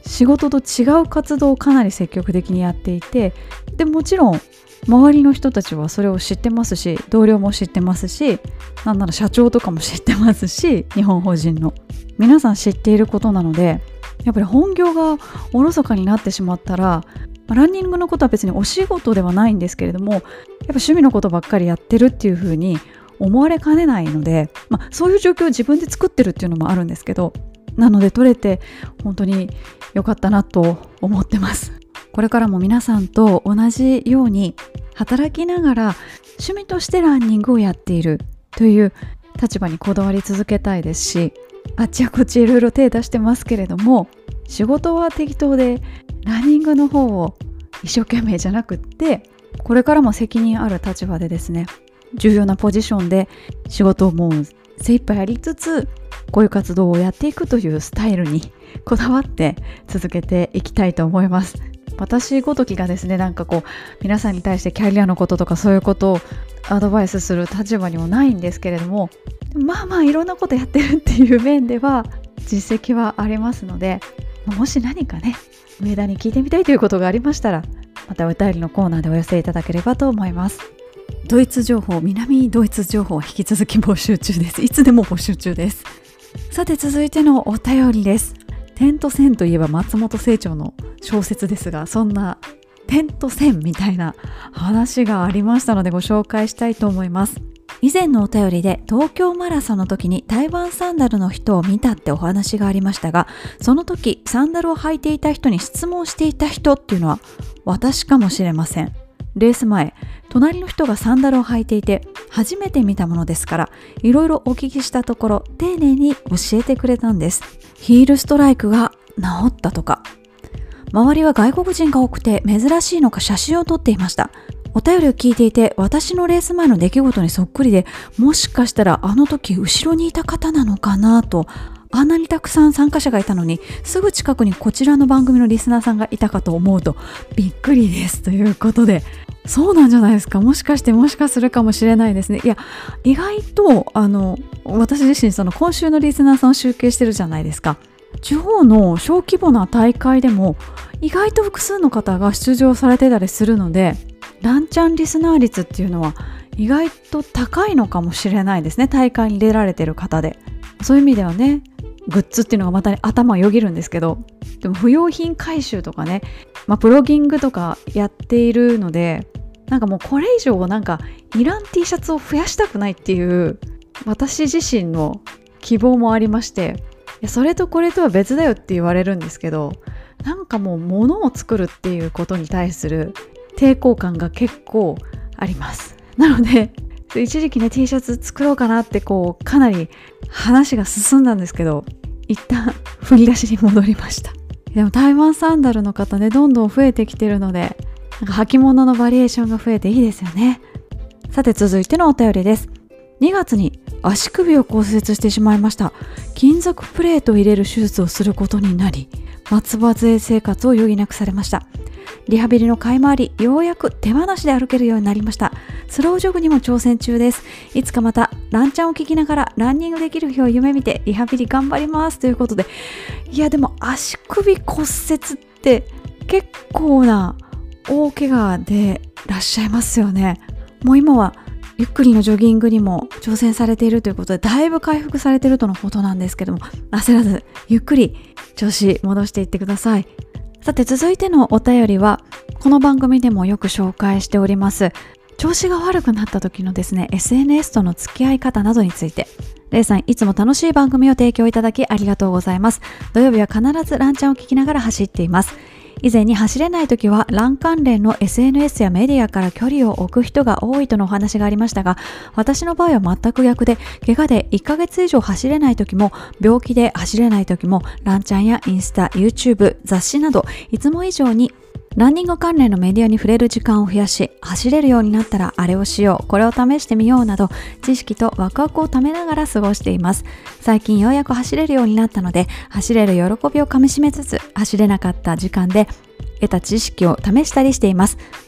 仕事と違う活動をかなり積極的にやっていて、でもちろん周りの人たちはそれを知ってますし、同僚も知ってますし、なんなら社長とかも知ってますし、日本法人の皆さん知っていることなので、やっぱり本業がおろそかになってしまったら、ランニングのことは別にお仕事ではないんですけれども、やっぱ趣味のことばっかりやってるっていう風に思われかねないので、そういう状況を自分で作ってるっていうのもあるんですけど、なので取れて本当に良かったなと思ってます。これからも皆さんと同じように働きながら趣味としてランニングをやっているという立場にこだわり続けたいですし、あっちやこっちいろいろ手出してますけれども、仕事は適当でランニングの方を一生懸命じゃなくって、これからも責任ある立場でですね、重要なポジションで仕事をもう精一杯やりつつ、こういう活動をやっていくというスタイルにこだわって続けていきたいと思います。私ごときがですね、皆さんに対してキャリアのこととかそういうことをアドバイスする立場にもないんですけれども、いろんなことやってるっていう面では実績はありますので、もし何かね、上田に聞いてみたいということがありましたら、またお便りのコーナーでお寄せいただければと思います。ドイツ情報、南ドイツ情報は引き続き募集中です。いつでも募集中です。さて続いてのお便りです。点と線といえば松本清張の小説ですが、そんな点と線みたいな話がありましたのでご紹介したいと思います。以前のお便りで東京マラソンの時に台湾サンダルの人を見たってお話がありましたが、その時サンダルを履いていた人に質問していた人っていうのは私かもしれません。レース前、隣の人がサンダルを履いていて初めて見たものですから、いろいろお聞きしたところ丁寧に教えてくれたんです。ヒールストライクが治ったとか、周りは外国人が多くて珍しいのか写真を撮っていました。お便りを聞いていて私のレース前の出来事にそっくりで、もしかしたらあの時後ろにいた方なのかなと、あんなにたくさん参加者がいたのにすぐ近くにこちらの番組のリスナーさんがいたかと思うとびっくりですということで、そうなんじゃないですか。もしかするかもしれないですね。いや、意外と私自身今週のリスナーさんを集計してるじゃないですか。地方の小規模な大会でも意外と複数の方が出場されてたりするので、ランチャンリスナー率っていうのは意外と高いのかもしれないですね。大会に出られてる方で、そういう意味ではね、グッズっていうのがまた頭よぎるんですけど、でも不用品回収とかね、プロギングとかやっているので、もうこれ以上いらん T シャツを増やしたくないっていう私自身の希望もありまして、それとこれとは別だよって言われるんですけど、もう物を作るっていうことに対する抵抗感が結構あります。なので一時期ね T シャツ作ろうかなってかなり話が進んだんですけど、一旦振り出しに戻りました。でも台湾サンダルの方ね、どんどん増えてきてるので、履物のバリエーションが増えていいですよね。さて続いてのお便りです。2月に足首を骨折してしまいました。金属プレートを入れる手術をすることになり、松葉杖生活を余儀なくされました。リハビリの甲斐もあり、ようやく手放しで歩けるようになりました。スロージョグにも挑戦中です。いつかまたランチャンを聞きながらランニングできる日を夢見てリハビリ頑張りますということで、いやでも足首骨折って結構な大怪我でいらっしゃいますよね。もう今はゆっくりのジョギングにも挑戦されているということで、だいぶ回復されているとのことなんですけども、焦らずゆっくり調子戻していってください。さて続いてのお便りは、この番組でもよく紹介しております、調子が悪くなった時のですね SNS との付き合い方などについて。レイさん、いつも楽しい番組を提供いただきありがとうございます。土曜日は必ずランチャンを聞きながら走っています。以前に走れない時はラン関連の SNS やメディアから距離を置く人が多いとのお話がありましたが、私の場合は全く逆で、怪我で1ヶ月以上走れない時も病気で走れない時もランチャンやインスタ、YouTube、雑誌などいつも以上にランニング関連のメディアに触れる時間を増やし、走れるようになったらあれをしよう、これを試してみようなど、知識とワクワクをためながら過ごしています。最近ようやく走れるようになったので、走れる喜びをかみしめつつ、走れなかった時間で得た知識を試したりしています。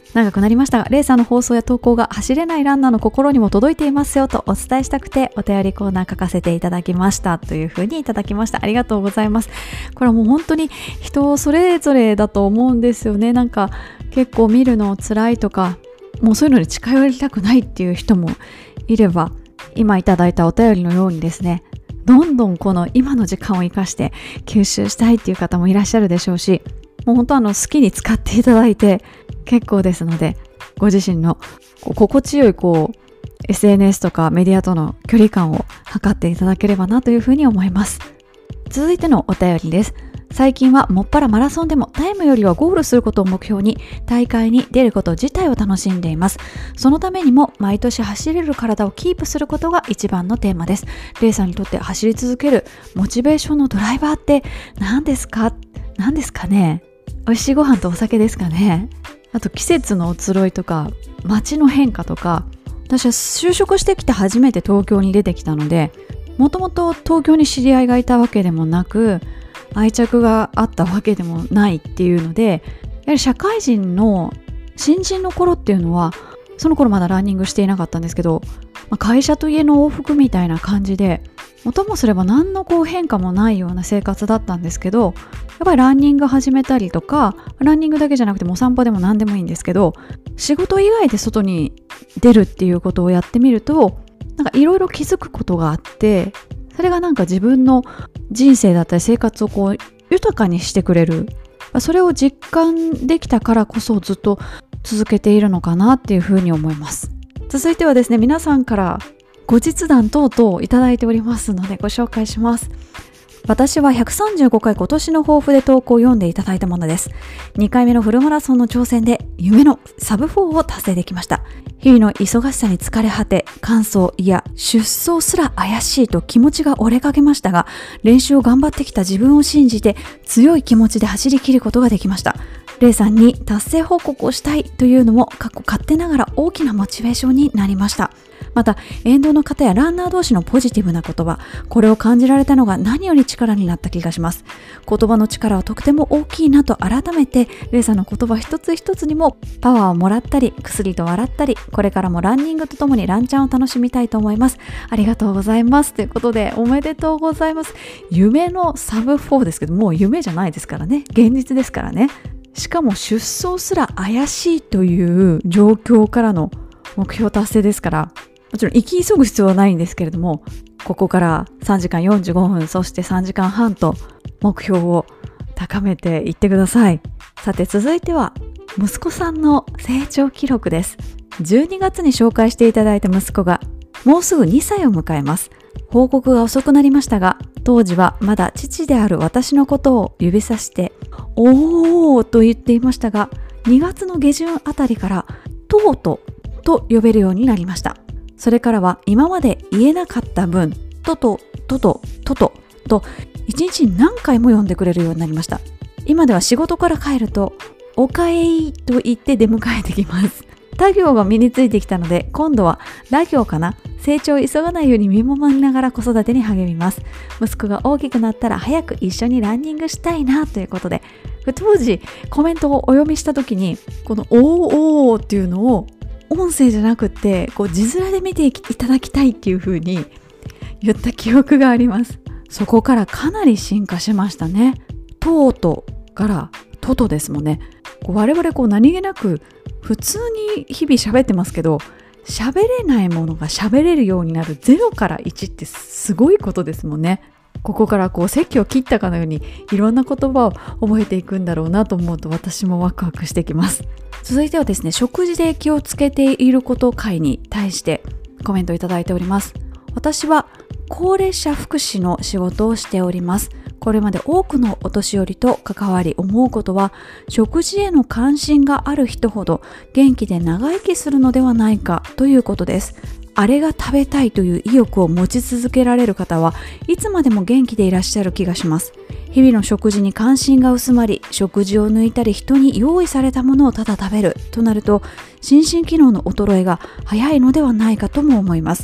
長くなりましたが、レイさんの放送や投稿が走れないランナーの心にも届いていますよとお伝えしたくて、お便りコーナー書かせていただきましたというふうにいただきました。ありがとうございます。これはもう本当に人それぞれだと思うんですよね。なんか結構見るの辛いとか、もうそういうのに近寄りたくないっていう人もいれば、今いただいたお便りのようにですね、どんどんこの今の時間を生かして吸収したいっていう方もいらっしゃるでしょうし、もう本当好きに使っていただいて結構ですので、ご自身の心地よいSNS とかメディアとの距離感を測っていただければなというふうに思います。続いてのお便りです。最近はもっぱらマラソンでもタイムよりはゴールすることを目標に大会に出ること自体を楽しんでいます。そのためにも毎年走れる体をキープすることが一番のテーマです。レイさんにとって走り続けるモチベーションのドライバーって何ですかね。美味しいご飯とお酒ですかね。あと季節の移ろいとか街の変化とか、私は就職してきて初めて東京に出てきたので、もともと東京に知り合いがいたわけでもなく、愛着があったわけでもないっていうので、やはり社会人の新人の頃っていうのは、その頃まだランニングしていなかったんですけど、会社と家の往復みたいな感じで、ともすれば何の変化もないような生活だったんですけど、やっぱりランニング始めたりとか、ランニングだけじゃなくてもお散歩でも何でもいいんですけど、仕事以外で外に出るっていうことをやってみると、いろいろ気づくことがあって、それが自分の人生だったり生活を豊かにしてくれる、それを実感できたからこそずっと続けているのかなっていうふうに思います。続いてはですね、皆さんから後日談等々いただいておりますのでご紹介します。私は135回今年の抱負で投稿を読んでいただいたものです。2回目のフルマラソンの挑戦で夢のサブ4を達成できました。日々の忙しさに疲れ果て、乾燥、いや出走すら怪しいと気持ちが折れかけましたが、練習を頑張ってきた自分を信じて強い気持ちで走り切ることができました。レイさんに達成報告をしたいというのも勝手ながら大きなモチベーションになりました。また沿道の方やランナー同士のポジティブな言葉、これを感じられたのが何より力になった気がします。言葉の力はとても大きいなと改めて、レイさんの言葉一つ一つにもパワーをもらったり、薬と笑ったり、これからもランニングとともにランチャンを楽しみたいと思います。ありがとうございますということで、おめでとうございます。夢のサブ4ですけど、もう夢じゃないですからね、現実ですからね。しかも出走すら怪しいという状況からの目標達成ですから、もちろん生き急ぐ必要はないんですけれども、ここから3時間45分、そして3時間半と目標を高めていってください。さて続いては息子さんの成長記録です。12月に紹介していただいた息子がもうすぐ2歳を迎えます。報告が遅くなりましたが、当時はまだ父である私のことを指さしておーと言っていましたが、2月の下旬あたりからトートと呼べるようになりました。それからは今まで言えなかった分、トトと一日に何回も呼んでくれるようになりました。今では仕事から帰るとおかえりと言って出迎えてきます。他行が身についてきたので、今度はラ行かな。成長を急がないように見守りながら子育てに励みます。息子が大きくなったら早く一緒にランニングしたいなということで、当時コメントをお読みした時に、このおーっていうのを音声じゃなくって字面で見ていただきたいっていう風に言った記憶があります。そこからかなり進化しましたね。トートからトトですもんね。我々何気なく普通に日々喋ってますけど、喋れないものが喋れるようになる0から1ってすごいことですもんね。ここから席を切ったかのようにいろんな言葉を覚えていくんだろうなと思うと、私もワクワクしてきます。続いてはですね、食事で気をつけていること会に対してコメントいただいております。私は高齢者福祉の仕事をしております。これまで多くのお年寄りと関わり思うことは、食事への関心がある人ほど元気で長生きするのではないかということです。あれが食べたいという意欲を持ち続けられる方はいつまでも元気でいらっしゃる気がします。日々の食事に関心が薄まり、食事を抜いたり人に用意されたものをただ食べるとなると、心身機能の衰えが早いのではないかとも思います。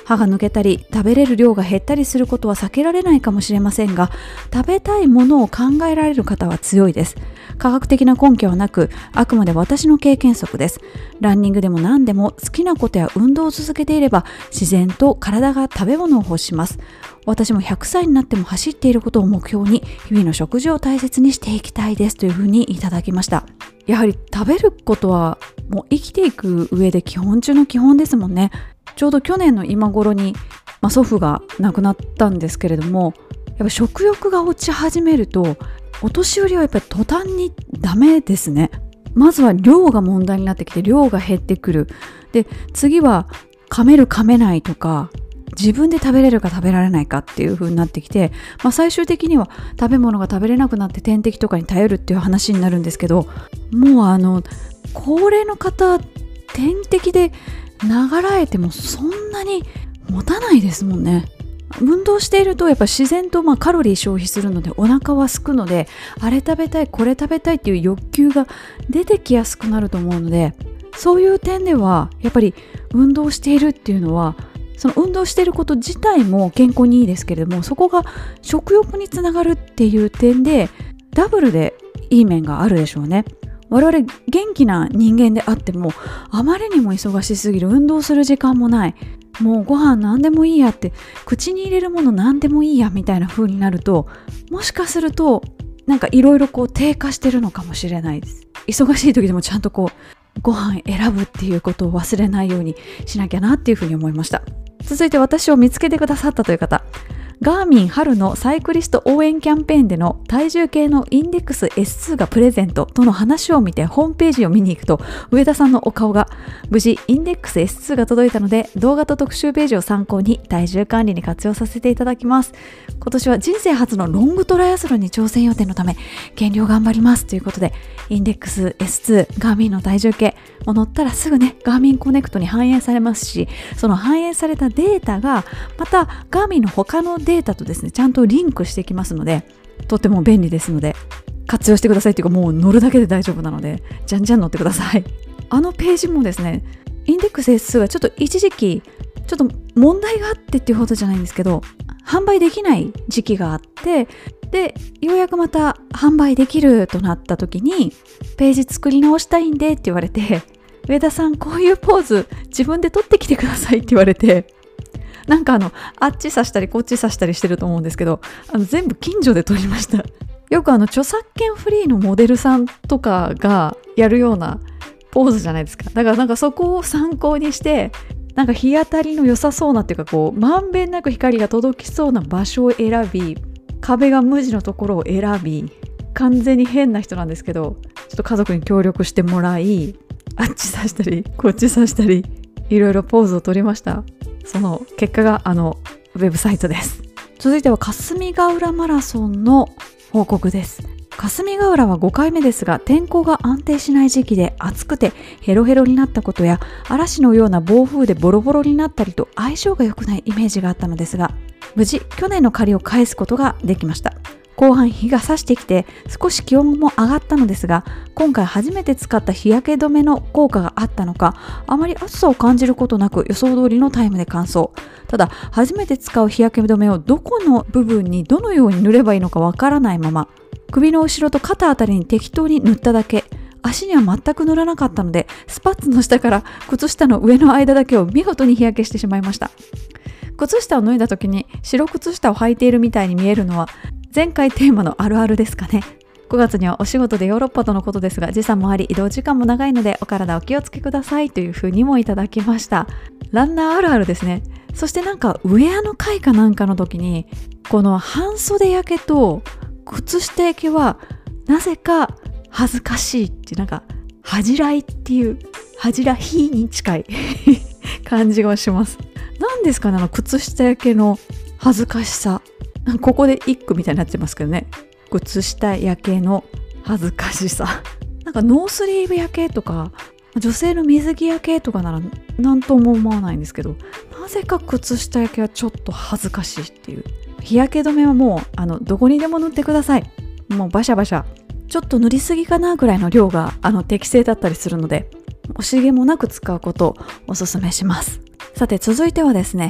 歯が抜けたり食べれる量が減ったりすることは避けられないかもしれませんが、食べたいものを考えられる方は強いです。科学的な根拠はなく、あくまで私の経験則です。ランニングでも何でも好きなことや運動を続けていれば自然と体が食べ物を欲します。私も100歳になっても走っていることを目標に日々の食事を大切にしていきたいですというふうにいただきました。やはり食べることはもう生きていく上で基本中の基本ですもんね。ちょうど去年の今頃に、祖父が亡くなったんですけれども、やっぱ食欲が落ち始めるとお年寄りはやっぱり途端にダメですね。まずは量が問題になってきて、量が減ってくる。で、次は噛める噛めないとか、自分で食べれるか食べられないかっていう風になってきて、最終的には食べ物が食べれなくなって点滴とかに頼るっていう話になるんですけど、もう高齢の方、点滴で流らえてもそんなに持たないですもんね。運動しているとやっぱ自然とカロリー消費するのでお腹は空くので、あれ食べたいこれ食べたいっていう欲求が出てきやすくなると思うので、そういう点ではやっぱり運動しているっていうのは、その運動していること自体も健康にいいですけれども、そこが食欲につながるっていう点でダブルでいい面があるでしょうね。我々元気な人間であっても、あまりにも忙しすぎる、運動する時間もない、もうご飯何でもいいやって、口に入れるもの何でもいいやみたいな風になると、もしかするといろいろ低下してるのかもしれないです。忙しい時でもちゃんとご飯選ぶっていうことを忘れないようにしなきゃなっていうふうに思いました。続いて私を見つけてくださったという方、ガーミン春のサイクリスト応援キャンペーンでの体重計のインデックス S2 がプレゼントとの話を見てホームページを見に行くと、上田さんのお顔が無事インデックス S2 が届いたので、動画と特集ページを参考に体重管理に活用させていただきます。今年は人生初のロングトライアスロンに挑戦予定のため減量頑張りますということで、インデックス S2 ガーミンの体重計も乗ったらすぐね、ガーミンコネクトに反映されますし、その反映されたデータがまたガーミンの他のデータとですね、ちゃんとリンクしてきますので、とっても便利ですので活用してください。っていうか、もう乗るだけで大丈夫なのでじゃんじゃん乗ってください。あのページもですね、インデックス S2 はちょっと一時期ちょっと問題があってっていうほどじゃないんですけど、販売できない時期があって、でようやくまた販売できるとなった時に、ページ作り直したいんでって言われて、上田さんこういうポーズ自分で撮ってきてくださいって言われて、あっち刺したりこっち刺したりしてると思うんですけど、全部近所で撮りました。よく著作権フリーのモデルさんとかがやるようなポーズじゃないですか。だからそこを参考にして、日当たりの良さそうなっていうか、まんべんなく光が届きそうな場所を選び、壁が無地のところを選び、完全に変な人なんですけど、ちょっと家族に協力してもらい、あっち刺したりこっち刺したり、いろいろポーズを取りました。その結果がウェブサイトです。続いては霞ヶ浦マラソンの報告です。霞ヶ浦は5回目ですが、天候が安定しない時期で暑くてヘロヘロになったことや、嵐のような暴風でボロボロになったりと相性が良くないイメージがあったのですが、無事去年の借りを返すことができました。後半日が差してきて少し気温も上がったのですが、今回初めて使った日焼け止めの効果があったのか、あまり暑さを感じることなく予想通りのタイムで完走。ただ初めて使う日焼け止めをどこの部分にどのように塗ればいいのかわからないまま、首の後ろと肩あたりに適当に塗っただけ、足には全く塗らなかったので、スパッツの下から靴下の上の間だけを見事に日焼けしてしまいました。靴下を脱いだ時に白靴下を履いているみたいに見えるのは前回テーマのあるあるですかね。5月にはお仕事でヨーロッパとのことですが、時差もあり移動時間も長いのでお体お気をつけくださいというふうにもいただきました。ランナーあるあるですね。そしてウェアの会かなんかの時に、この半袖焼けと靴下焼けはなぜか恥ずかしいっていう、恥じらいっていう、恥じらひに近い感じがします。なんですかね、靴下焼けの恥ずかしさ。ここで一句みたいになってますけどね。靴下焼けの恥ずかしさ。ノースリーブ焼けとか、女性の水着焼けとかなら何とも思わないんですけど、なぜか靴下焼けはちょっと恥ずかしいっていう。日焼け止めはもうどこにでも塗ってください。もうバシャバシャ、ちょっと塗りすぎかなぐらいの量が適正だったりするので、惜しげもなく使うことをおすすめします。さて続いてはですね、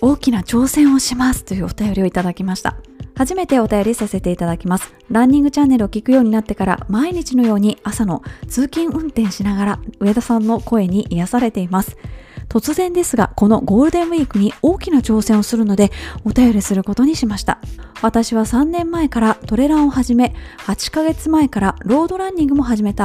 大きな挑戦をしますというお便りをいただきました。初めてお便りさせていただきます。ランニングチャンネルを聞くようになってから毎日のように朝の通勤運転しながら上田さんの声に癒されています。突然ですが、このゴールデンウィークに大きな挑戦をするのでお便りすることにしました。私は3年前からトレランを始め、8ヶ月前からロードランニングも始めた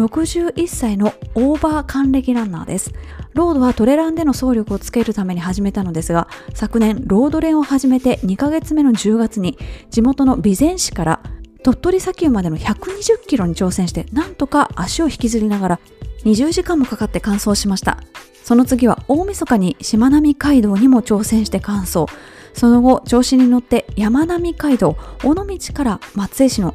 61歳のオーバー還暦ランナーです。ロードはトレランでの走力をつけるために始めたのですが、昨年ロード練を始めて2ヶ月目の10月に地元の備前市から鳥取砂丘までの120キロに挑戦して、なんとか足を引きずりながら20時間もかかって完走しました。その次は大晦日にしまなみ海道にも挑戦して完走。その後調子に乗って山並街道尾道から松江市の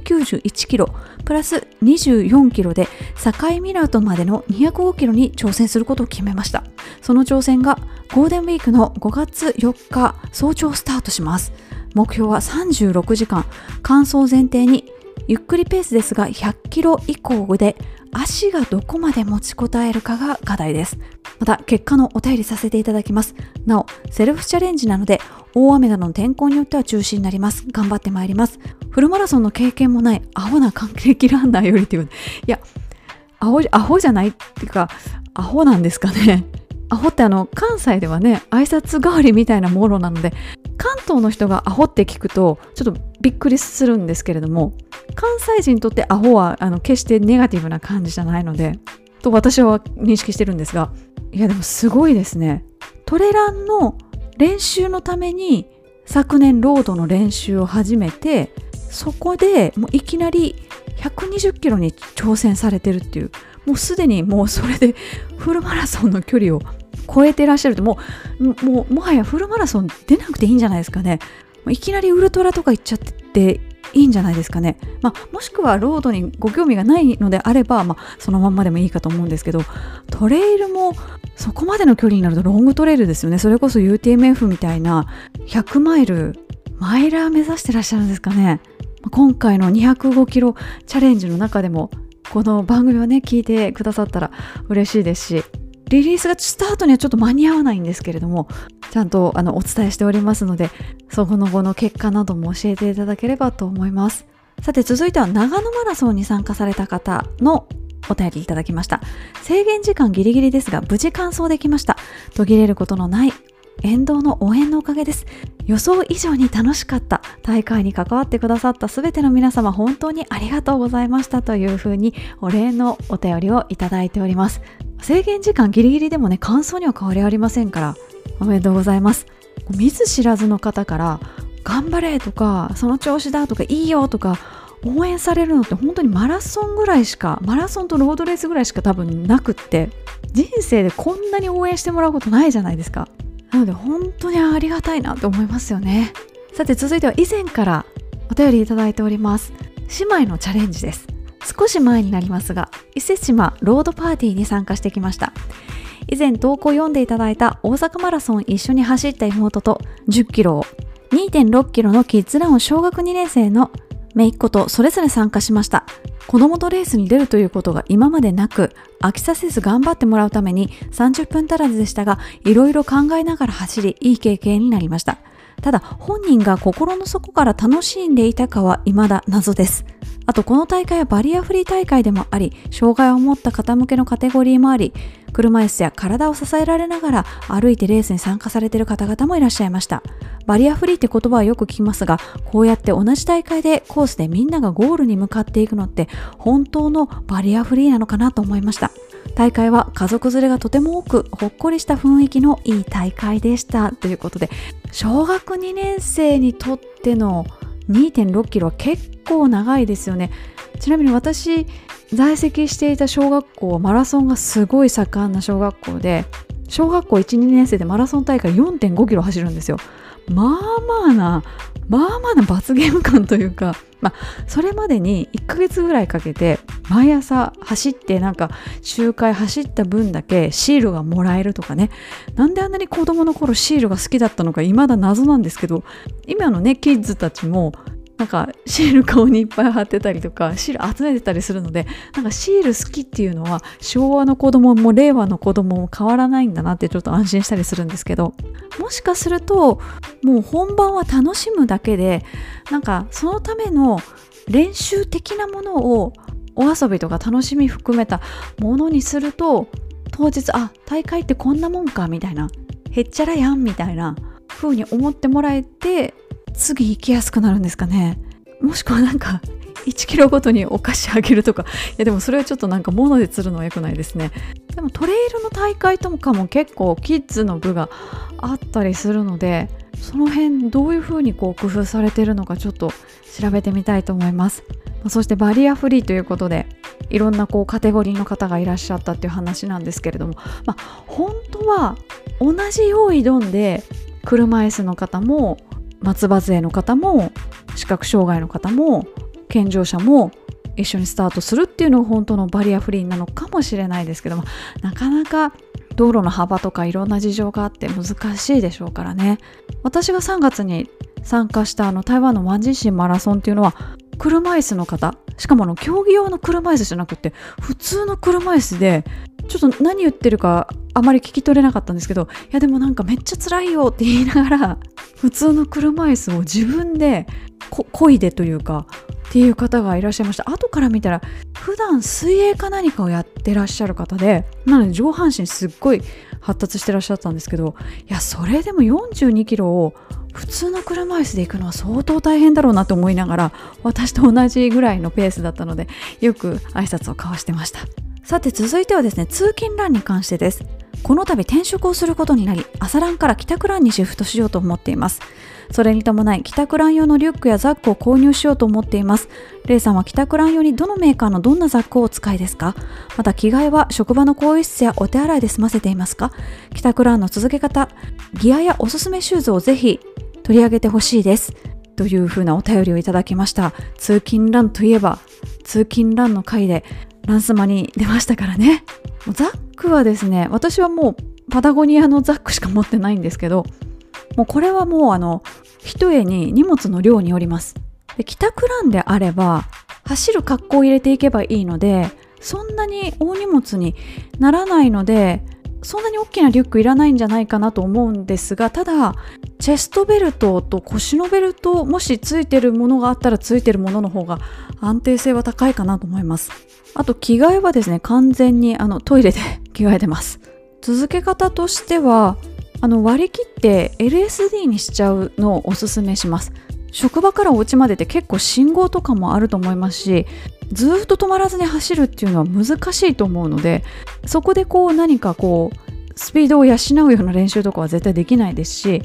191キロプラス24キロで境港までの205キロに挑戦することを決めました。その挑戦がゴールデンウィークの5月4日早朝スタートします。目標は36時間、完走前提にゆっくりペースですが100キロ以降で足がどこまで持ちこたえるかが課題です。また結果のお便りさせていただきます。なおセルフチャレンジなので大雨などの天候によっては中止になります。頑張ってまいります。フルマラソンの経験もないアホな還暦ランナーよりという、いやアホじゃないっていうかアホなんですかね。アホって関西ではね挨拶代わりみたいなものなので、関東の人がアホって聞くとちょっとびっくりするんですけれども、関西人にとってアホは決してネガティブな感じじゃないのでと私は認識してるんですが、いやでもすごいですね。トレランの練習のために昨年ロードの練習を始めて、そこでもういきなり120キロに挑戦されてるっていう、もうすでにもうそれでフルマラソンの距離を超えてらっしゃると、もはやフルマラソン出なくていいんじゃないですかね。いきなりウルトラとか行っちゃっていいんじゃないですかね。もしくはロードにご興味がないのであれば、そのまんまでもいいかと思うんですけど、トレイルもそこまでの距離になるとロングトレイルですよね。それこそ UTMF みたいな100マイルマイラー目指してらっしゃるんですかね。今回の205キロチャレンジの中でもこの番組をね聞いてくださったら嬉しいですし、リリースがスタートにはちょっと間に合わないんですけれども、ちゃんとお伝えしておりますので、その後の結果なども教えていただければと思います。さて続いては長野マラソンに参加された方のお便りいただきました。制限時間ギリギリですが無事完走できました。途切れることのない沿道の応援のおかげです。予想以上に楽しかった。大会に関わってくださったすべての皆様本当にありがとうございましたというふうにお礼のお便りをいただいております。制限時間ギリギリでもね完走には変わりありませんからおめでとうございます。見ず知らずの方から頑張れとかその調子だとかいいよとか応援されるのって本当にマラソンとロードレースぐらいしか多分なくって、人生でこんなに応援してもらうことないじゃないですか。なので本当にありがたいなと思いますよね。さて続いては以前からお便りいただいております姉妹のチャレンジです。少し前になりますが伊勢志摩ロードパーティーに参加してきました。以前投稿を読んでいただいた大阪マラソン一緒に走った妹と10キロを 2.6 キロのキッズランを小学2年生の姪っ子とそれぞれ参加しました。子供とレースに出るということが今までなく、飽きさせず頑張ってもらうために30分足らずでしたが、いろいろ考えながら走り、いい経験になりました。ただ本人が心の底から楽しんでいたかは未だ謎です。あとこの大会はバリアフリー大会でもあり、障害を持った方向けのカテゴリーもあり、車椅子や体を支えられながら歩いてレースに参加されている方々もいらっしゃいました。バリアフリーって言葉はよく聞きますが、こうやって同じ大会でコースでみんながゴールに向かっていくのって本当のバリアフリーなのかなと思いました。大会は家族連れがとても多く、ほっこりした雰囲気のいい大会でしたということで、小学2年生にとっての 2.6 キロは結構長いですよね。ちなみに私在籍していた小学校はマラソンがすごい盛んな小学校で、小学校 1,2 年生でマラソン大会 4.5 キロ走るんですよ。まあまあな罰ゲーム感というか、それまでに1ヶ月ぐらいかけて毎朝走って、周回走った分だけシールがもらえるとかね。なんであんなに子供の頃シールが好きだったのか未だ謎なんですけど、今のねキッズたちもなんかシール顔にいっぱい貼ってたりとかシール集めてたりするので、なんかシール好きっていうのは昭和の子供も令和の子供も変わらないんだなってちょっと安心したりするんですけど、もしかするともう本番は楽しむだけで、なんかそのための練習的なものをお遊びとか楽しみ含めたものにすると、当日大会ってこんなもんかみたいな、へっちゃらやんみたいな風に思ってもらえて、次行きやすくなるんですかね。もしくはなんか1キロごとにお菓子あげるとか。いやでもそれはちょっとなんか物で釣るのは良くないですね。でもトレイルの大会とかも結構キッズの部があったりするので、その辺どういう風に工夫されているのかちょっと調べてみたいと思います。そしてバリアフリーということでいろんなカテゴリーの方がいらっしゃったっていう話なんですけれども、本当は同じ用意どんで車椅子の方も松葉杖の方も視覚障害の方も健常者も一緒にスタートするっていうのが本当のバリアフリーなのかもしれないですけども、なかなか道路の幅とかいろんな事情があって難しいでしょうからね。私が3月に参加した台湾のワンジンシンマラソンっていうのは車椅子の方、しかも競技用の車椅子じゃなくて普通の車椅子で、ちょっと何言ってるかあまり聞き取れなかったんですけど、いやでもなんかめっちゃ辛いよって言いながら普通の車椅子を自分で漕いでというかっていう方がいらっしゃいました。後から見たら普段水泳か何かをやってらっしゃる方で、なので上半身すっごい発達してらっしゃったんですけど、いやそれでも42キロを普通の車椅子で行くのは相当大変だろうなと思いながら、私と同じぐらいのペースだったのでよく挨拶を交わしてました。さて続いてはですね、通勤ランに関してです。この度転職をすることになり、朝ランから帰宅ランにシフトしようと思っています。それに伴い帰宅ラン用のリュックやザックを購入しようと思っています。レイさんは帰宅ラン用にどのメーカーのどんなザックをお使いですか？また着替えは職場の更衣室やお手洗いで済ませていますか？帰宅ランの続け方、ギアやおすすめシューズをぜひ取り上げてほしいですというふうなお便りをいただきました。通勤ランといえば通勤ランの回でランスマに出ましたからね。ザックはですね、私はもうパタゴニアのザックしか持ってないんですけど、もうこれはもう一重に荷物の量によります。で帰宅ランであれば走る格好を入れていけばいいので、そんなに大荷物にならないので、そんなに大きなリュックいらないんじゃないかなと思うんですが、ただチェストベルトと腰のベルト、もしついてるものがあったらついてるものの方が安定性は高いかなと思います。あと着替えはですね、完全にトイレで着替えてます。続け方としては割り切って LSD にしちゃうのをおすすめします。職場からお家までって結構信号とかもあると思いますし、ずっと止まらずに走るっていうのは難しいと思うので、そこで何かスピードを養うような練習とかは絶対できないですし、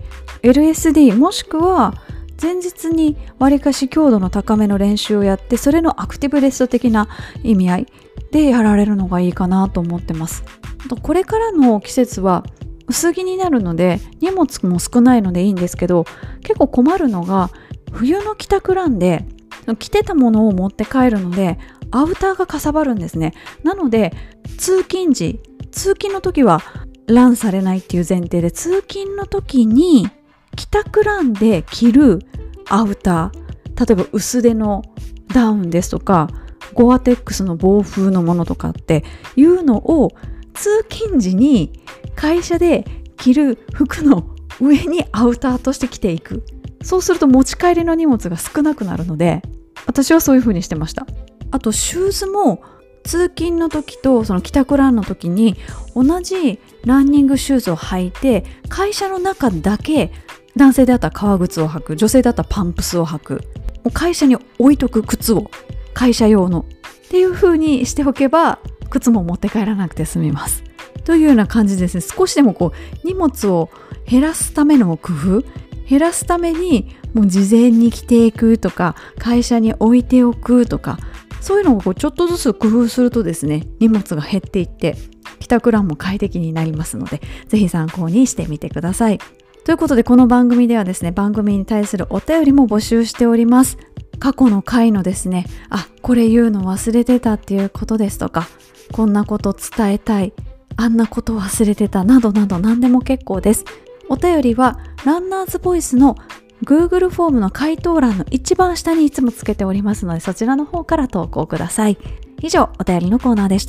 LSD もしくは前日にわりかし強度の高めの練習をやって、それのアクティブレスト的な意味合いでやられるのがいいかなと思ってます。あとこれからの季節は薄着になるので荷物も少ないのでいいんですけど、結構困るのが冬の帰宅ランで着てたものを持って帰るのでアウターがかさばるんですね。なので通勤の時はランされないっていう前提で、通勤の時に帰宅ランで着るアウター、例えば薄手のダウンですとかゴアテックスの防風のものとかっていうのを通勤時に会社で着る服の上にアウターとして着ていく。そうすると持ち帰りの荷物が少なくなるので、私はそういう風にしてました。あとシューズも通勤の時とその帰宅ランの時に同じランニングシューズを履いて、会社の中だけ男性であったら革靴を履く、女性だったらパンプスを履く、もう会社に置いとく靴を会社用のっていう風にしておけば靴も持って帰らなくて済みますというような感じですね。少しでも荷物を減らすための工夫、減らすためにもう事前に着ていくとか会社に置いておくとか、そういうのをちょっとずつ工夫するとですね、荷物が減っていって帰宅ランも快適になりますので、ぜひ参考にしてみてください。ということでこの番組ではですね、番組に対するお便りも募集しております。過去の回のですね、これ言うの忘れてたっていうことですとか、こんなこと伝えたい、あんなこと忘れてたなどなど何でも結構です。お便りはランナーズボイスの Google フォームの回答欄の一番下にいつもつけておりますので、そちらの方から投稿ください。以上、お便りのコーナーでした。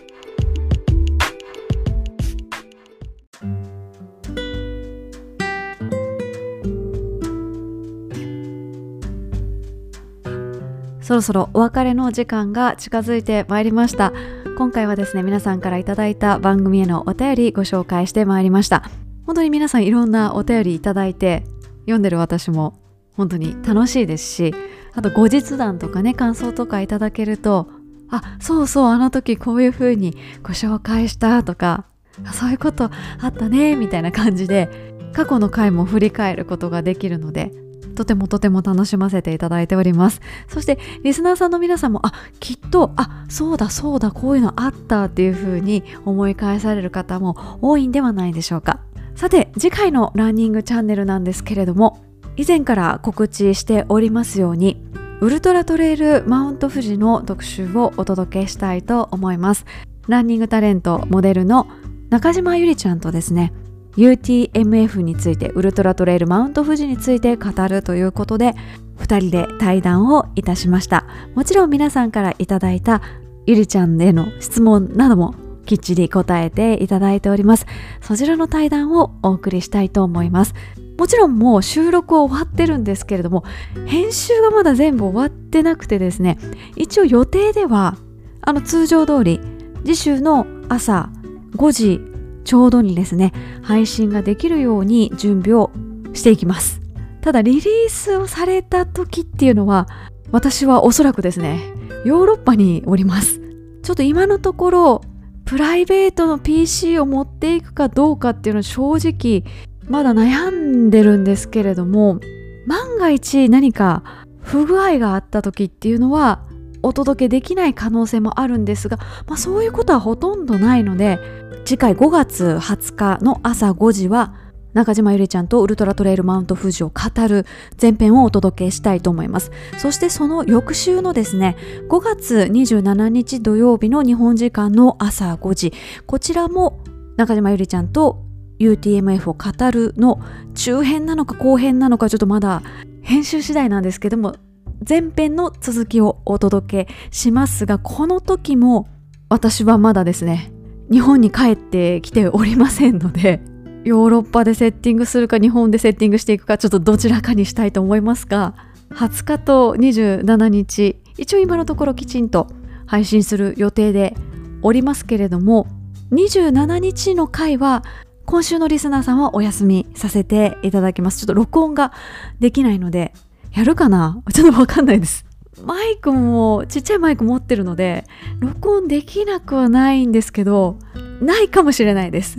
そろそろお別れの時間が近づいてまいりました。今回はですね、皆さんからいただいた番組へのお便りご紹介してまいりました。本当に皆さんいろんなお便りいただいて、読んでる私も本当に楽しいですし、あと後日談とかね、感想とかいただけると、そうそう、あの時こういう風にご紹介したとか、そういうことあったねみたいな感じで過去の回も振り返ることができるので、とても楽しませていただいております。そしてリスナーさんの皆さんもきっとそうだこういうのあったっていう風に思い返される方も多いんではないでしょうか。さて、次回のランニングチャンネルなんですけれども、以前から告知しておりますように、ウルトラトレイルマウント富士の特集をお届けしたいと思います。ランニングタレントモデルの中島ゆりちゃんとですね、UTMF について、ウルトラトレイルマウント富士について語るということで、2人で対談をいたしました。もちろん皆さんからいただいたゆりちゃんへの質問などもきっちり答えていただいております。そちらの対談をお送りしたいと思います。もちろんもう収録は終わってるんですけれども、編集がまだ全部終わってなくてですね、一応予定では通常通り次週の朝5時ちょうどにですね、配信ができるように準備をしていきます。ただリリースをされた時っていうのは、私はおそらくですね、ヨーロッパにおります。ちょっと今のところプライベートの PC を持っていくかどうかっていうのは正直まだ悩んでるんですけれども、万が一何か不具合があった時っていうのはお届けできない可能性もあるんですが、そういうことはほとんどないので、次回5月20日の朝5時は中島ゆりちゃんとウルトラトレイルマウント富士を語る前編をお届けしたいと思います。そしてその翌週のですね、5月27日土曜日の日本時間の朝5時、こちらも中島ゆりちゃんと UTMF を語るの中編なのか後編なのか、ちょっとまだ編集次第なんですけども、前編の続きをお届けしますが、この時も私はまだですね、日本に帰ってきておりませんので、ヨーロッパでセッティングするか日本でセッティングしていくか、ちょっとどちらかにしたいと思いますが、20日と27日一応今のところきちんと配信する予定でおりますけれども、27日の回は今週のリスナーさんはお休みさせていただきます。ちょっと録音ができないので、やるかな、ちょっとわかんないです。マイクもちっちゃいマイク持ってるので録音できなくはないんですけど、ないかもしれないです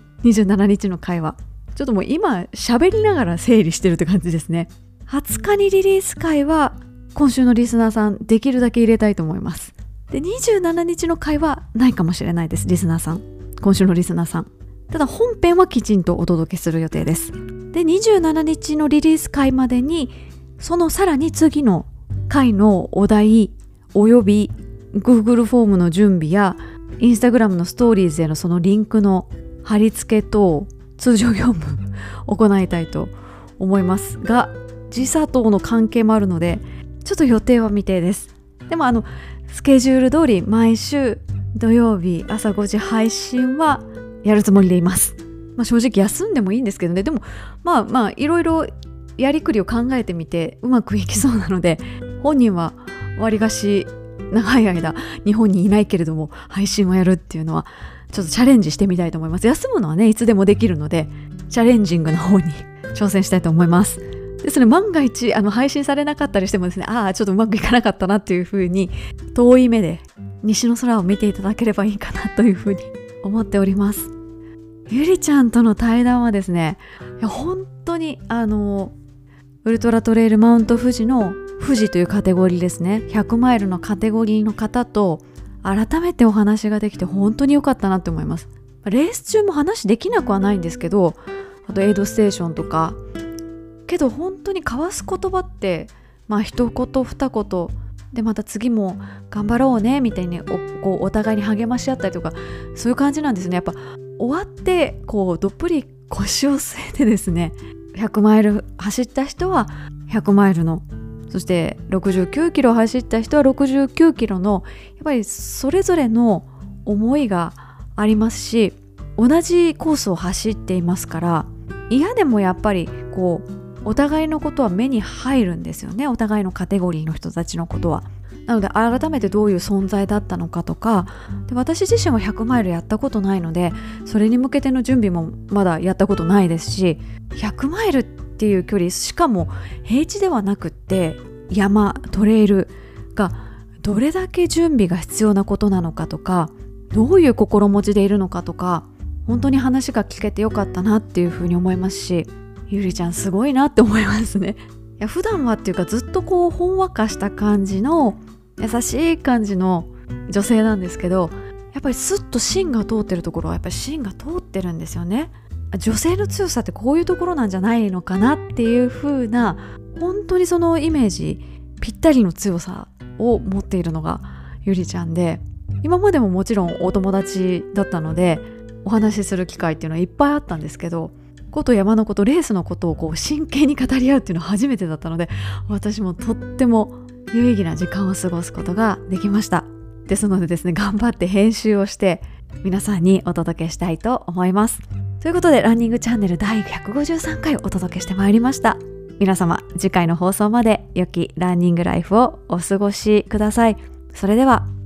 27日の回はちょっともう今喋りながら整理してるって感じですね。20日にリリース回は今週のリスナーさんできるだけ入れたいと思います。で、27日の回はないかもしれないです。リスナーさん、今週のリスナーさん、ただ本編はきちんとお届けする予定です。で、27日のリリース回までにそのさらに次の回のお題および Google フォームの準備や Instagram のストーリーズへのそのリンクの貼り付け等通常業務行いたいと思いますが、時差等の関係もあるのでちょっと予定は未定です。でもスケジュール通り毎週土曜日朝5時配信はやるつもりでいます。正直休んでもいいんですけどね。でもいろいろやりくりを考えてみてうまくいきそうなので、本人は割がし長い間日本にいないけれども配信をやるっていうのはちょっとチャレンジしてみたいと思います。休むのはねいつでもできるので、チャレンジングな方に挑戦したいと思います。ですので万が一配信されなかったりしてもですね、ちょっとうまくいかなかったなっていう風に遠い目で西の空を見ていただければいいかなという風に思っております。ゆりちゃんとの対談はですね、本当にウルトラトレイルマウント富士の富士というカテゴリーですね、100マイルのカテゴリーの方と改めてお話ができて本当に良かったなって思います。レース中も話できなくはないんですけど、あとエイドステーションとかけど本当に交わす言葉って一言二言でまた次も頑張ろうねみたいに お互いに励まし合ったりとか、そういう感じなんですね。やっぱ終わってどっぷり腰を据えてですね、 100マイル走った人は100マイルの、そして69キロ走った人は69キロの、やっぱりそれぞれの思いがありますし、同じコースを走っていますから、嫌でもやっぱりこうお互いのことは目に入るんですよね。お互いのカテゴリーの人たちのことは。なので改めてどういう存在だったのかとかで、私自身は100マイルやったことないので、それに向けての準備もまだやったことないですし、100マイルっていう距離、しかも平地ではなくって山、トレイルがどれだけ準備が必要なことなのかとか、どういう心持ちでいるのかとか、本当に話が聞けてよかったなっていうふうに思いますし、ゆりちゃんすごいなって思いますね。いや普段はっていうか、ずっとこうほんわかした感じの優しい感じの女性なんですけど、やっぱりスッと芯が通ってるところはやっぱり芯が通ってるんですよね。女性の強さってこういうところなんじゃないのかなっていう風な、本当にそのイメージぴったりの強さを持っているのがゆりちゃんで、今までももちろんお友達だったのでお話しする機会っていうのはいっぱいあったんですけど、こと山のこと、レースのことをこう真剣に語り合うっていうのは初めてだったので、私もとっても有意義な時間を過ごすことができました。ですのでですね、頑張って編集をして皆さんにお届けしたいと思います。ということで、ランニングチャンネル第153回お届けしてまいりました。皆様、次回の放送まで良きランニングライフをお過ごしください。それでは。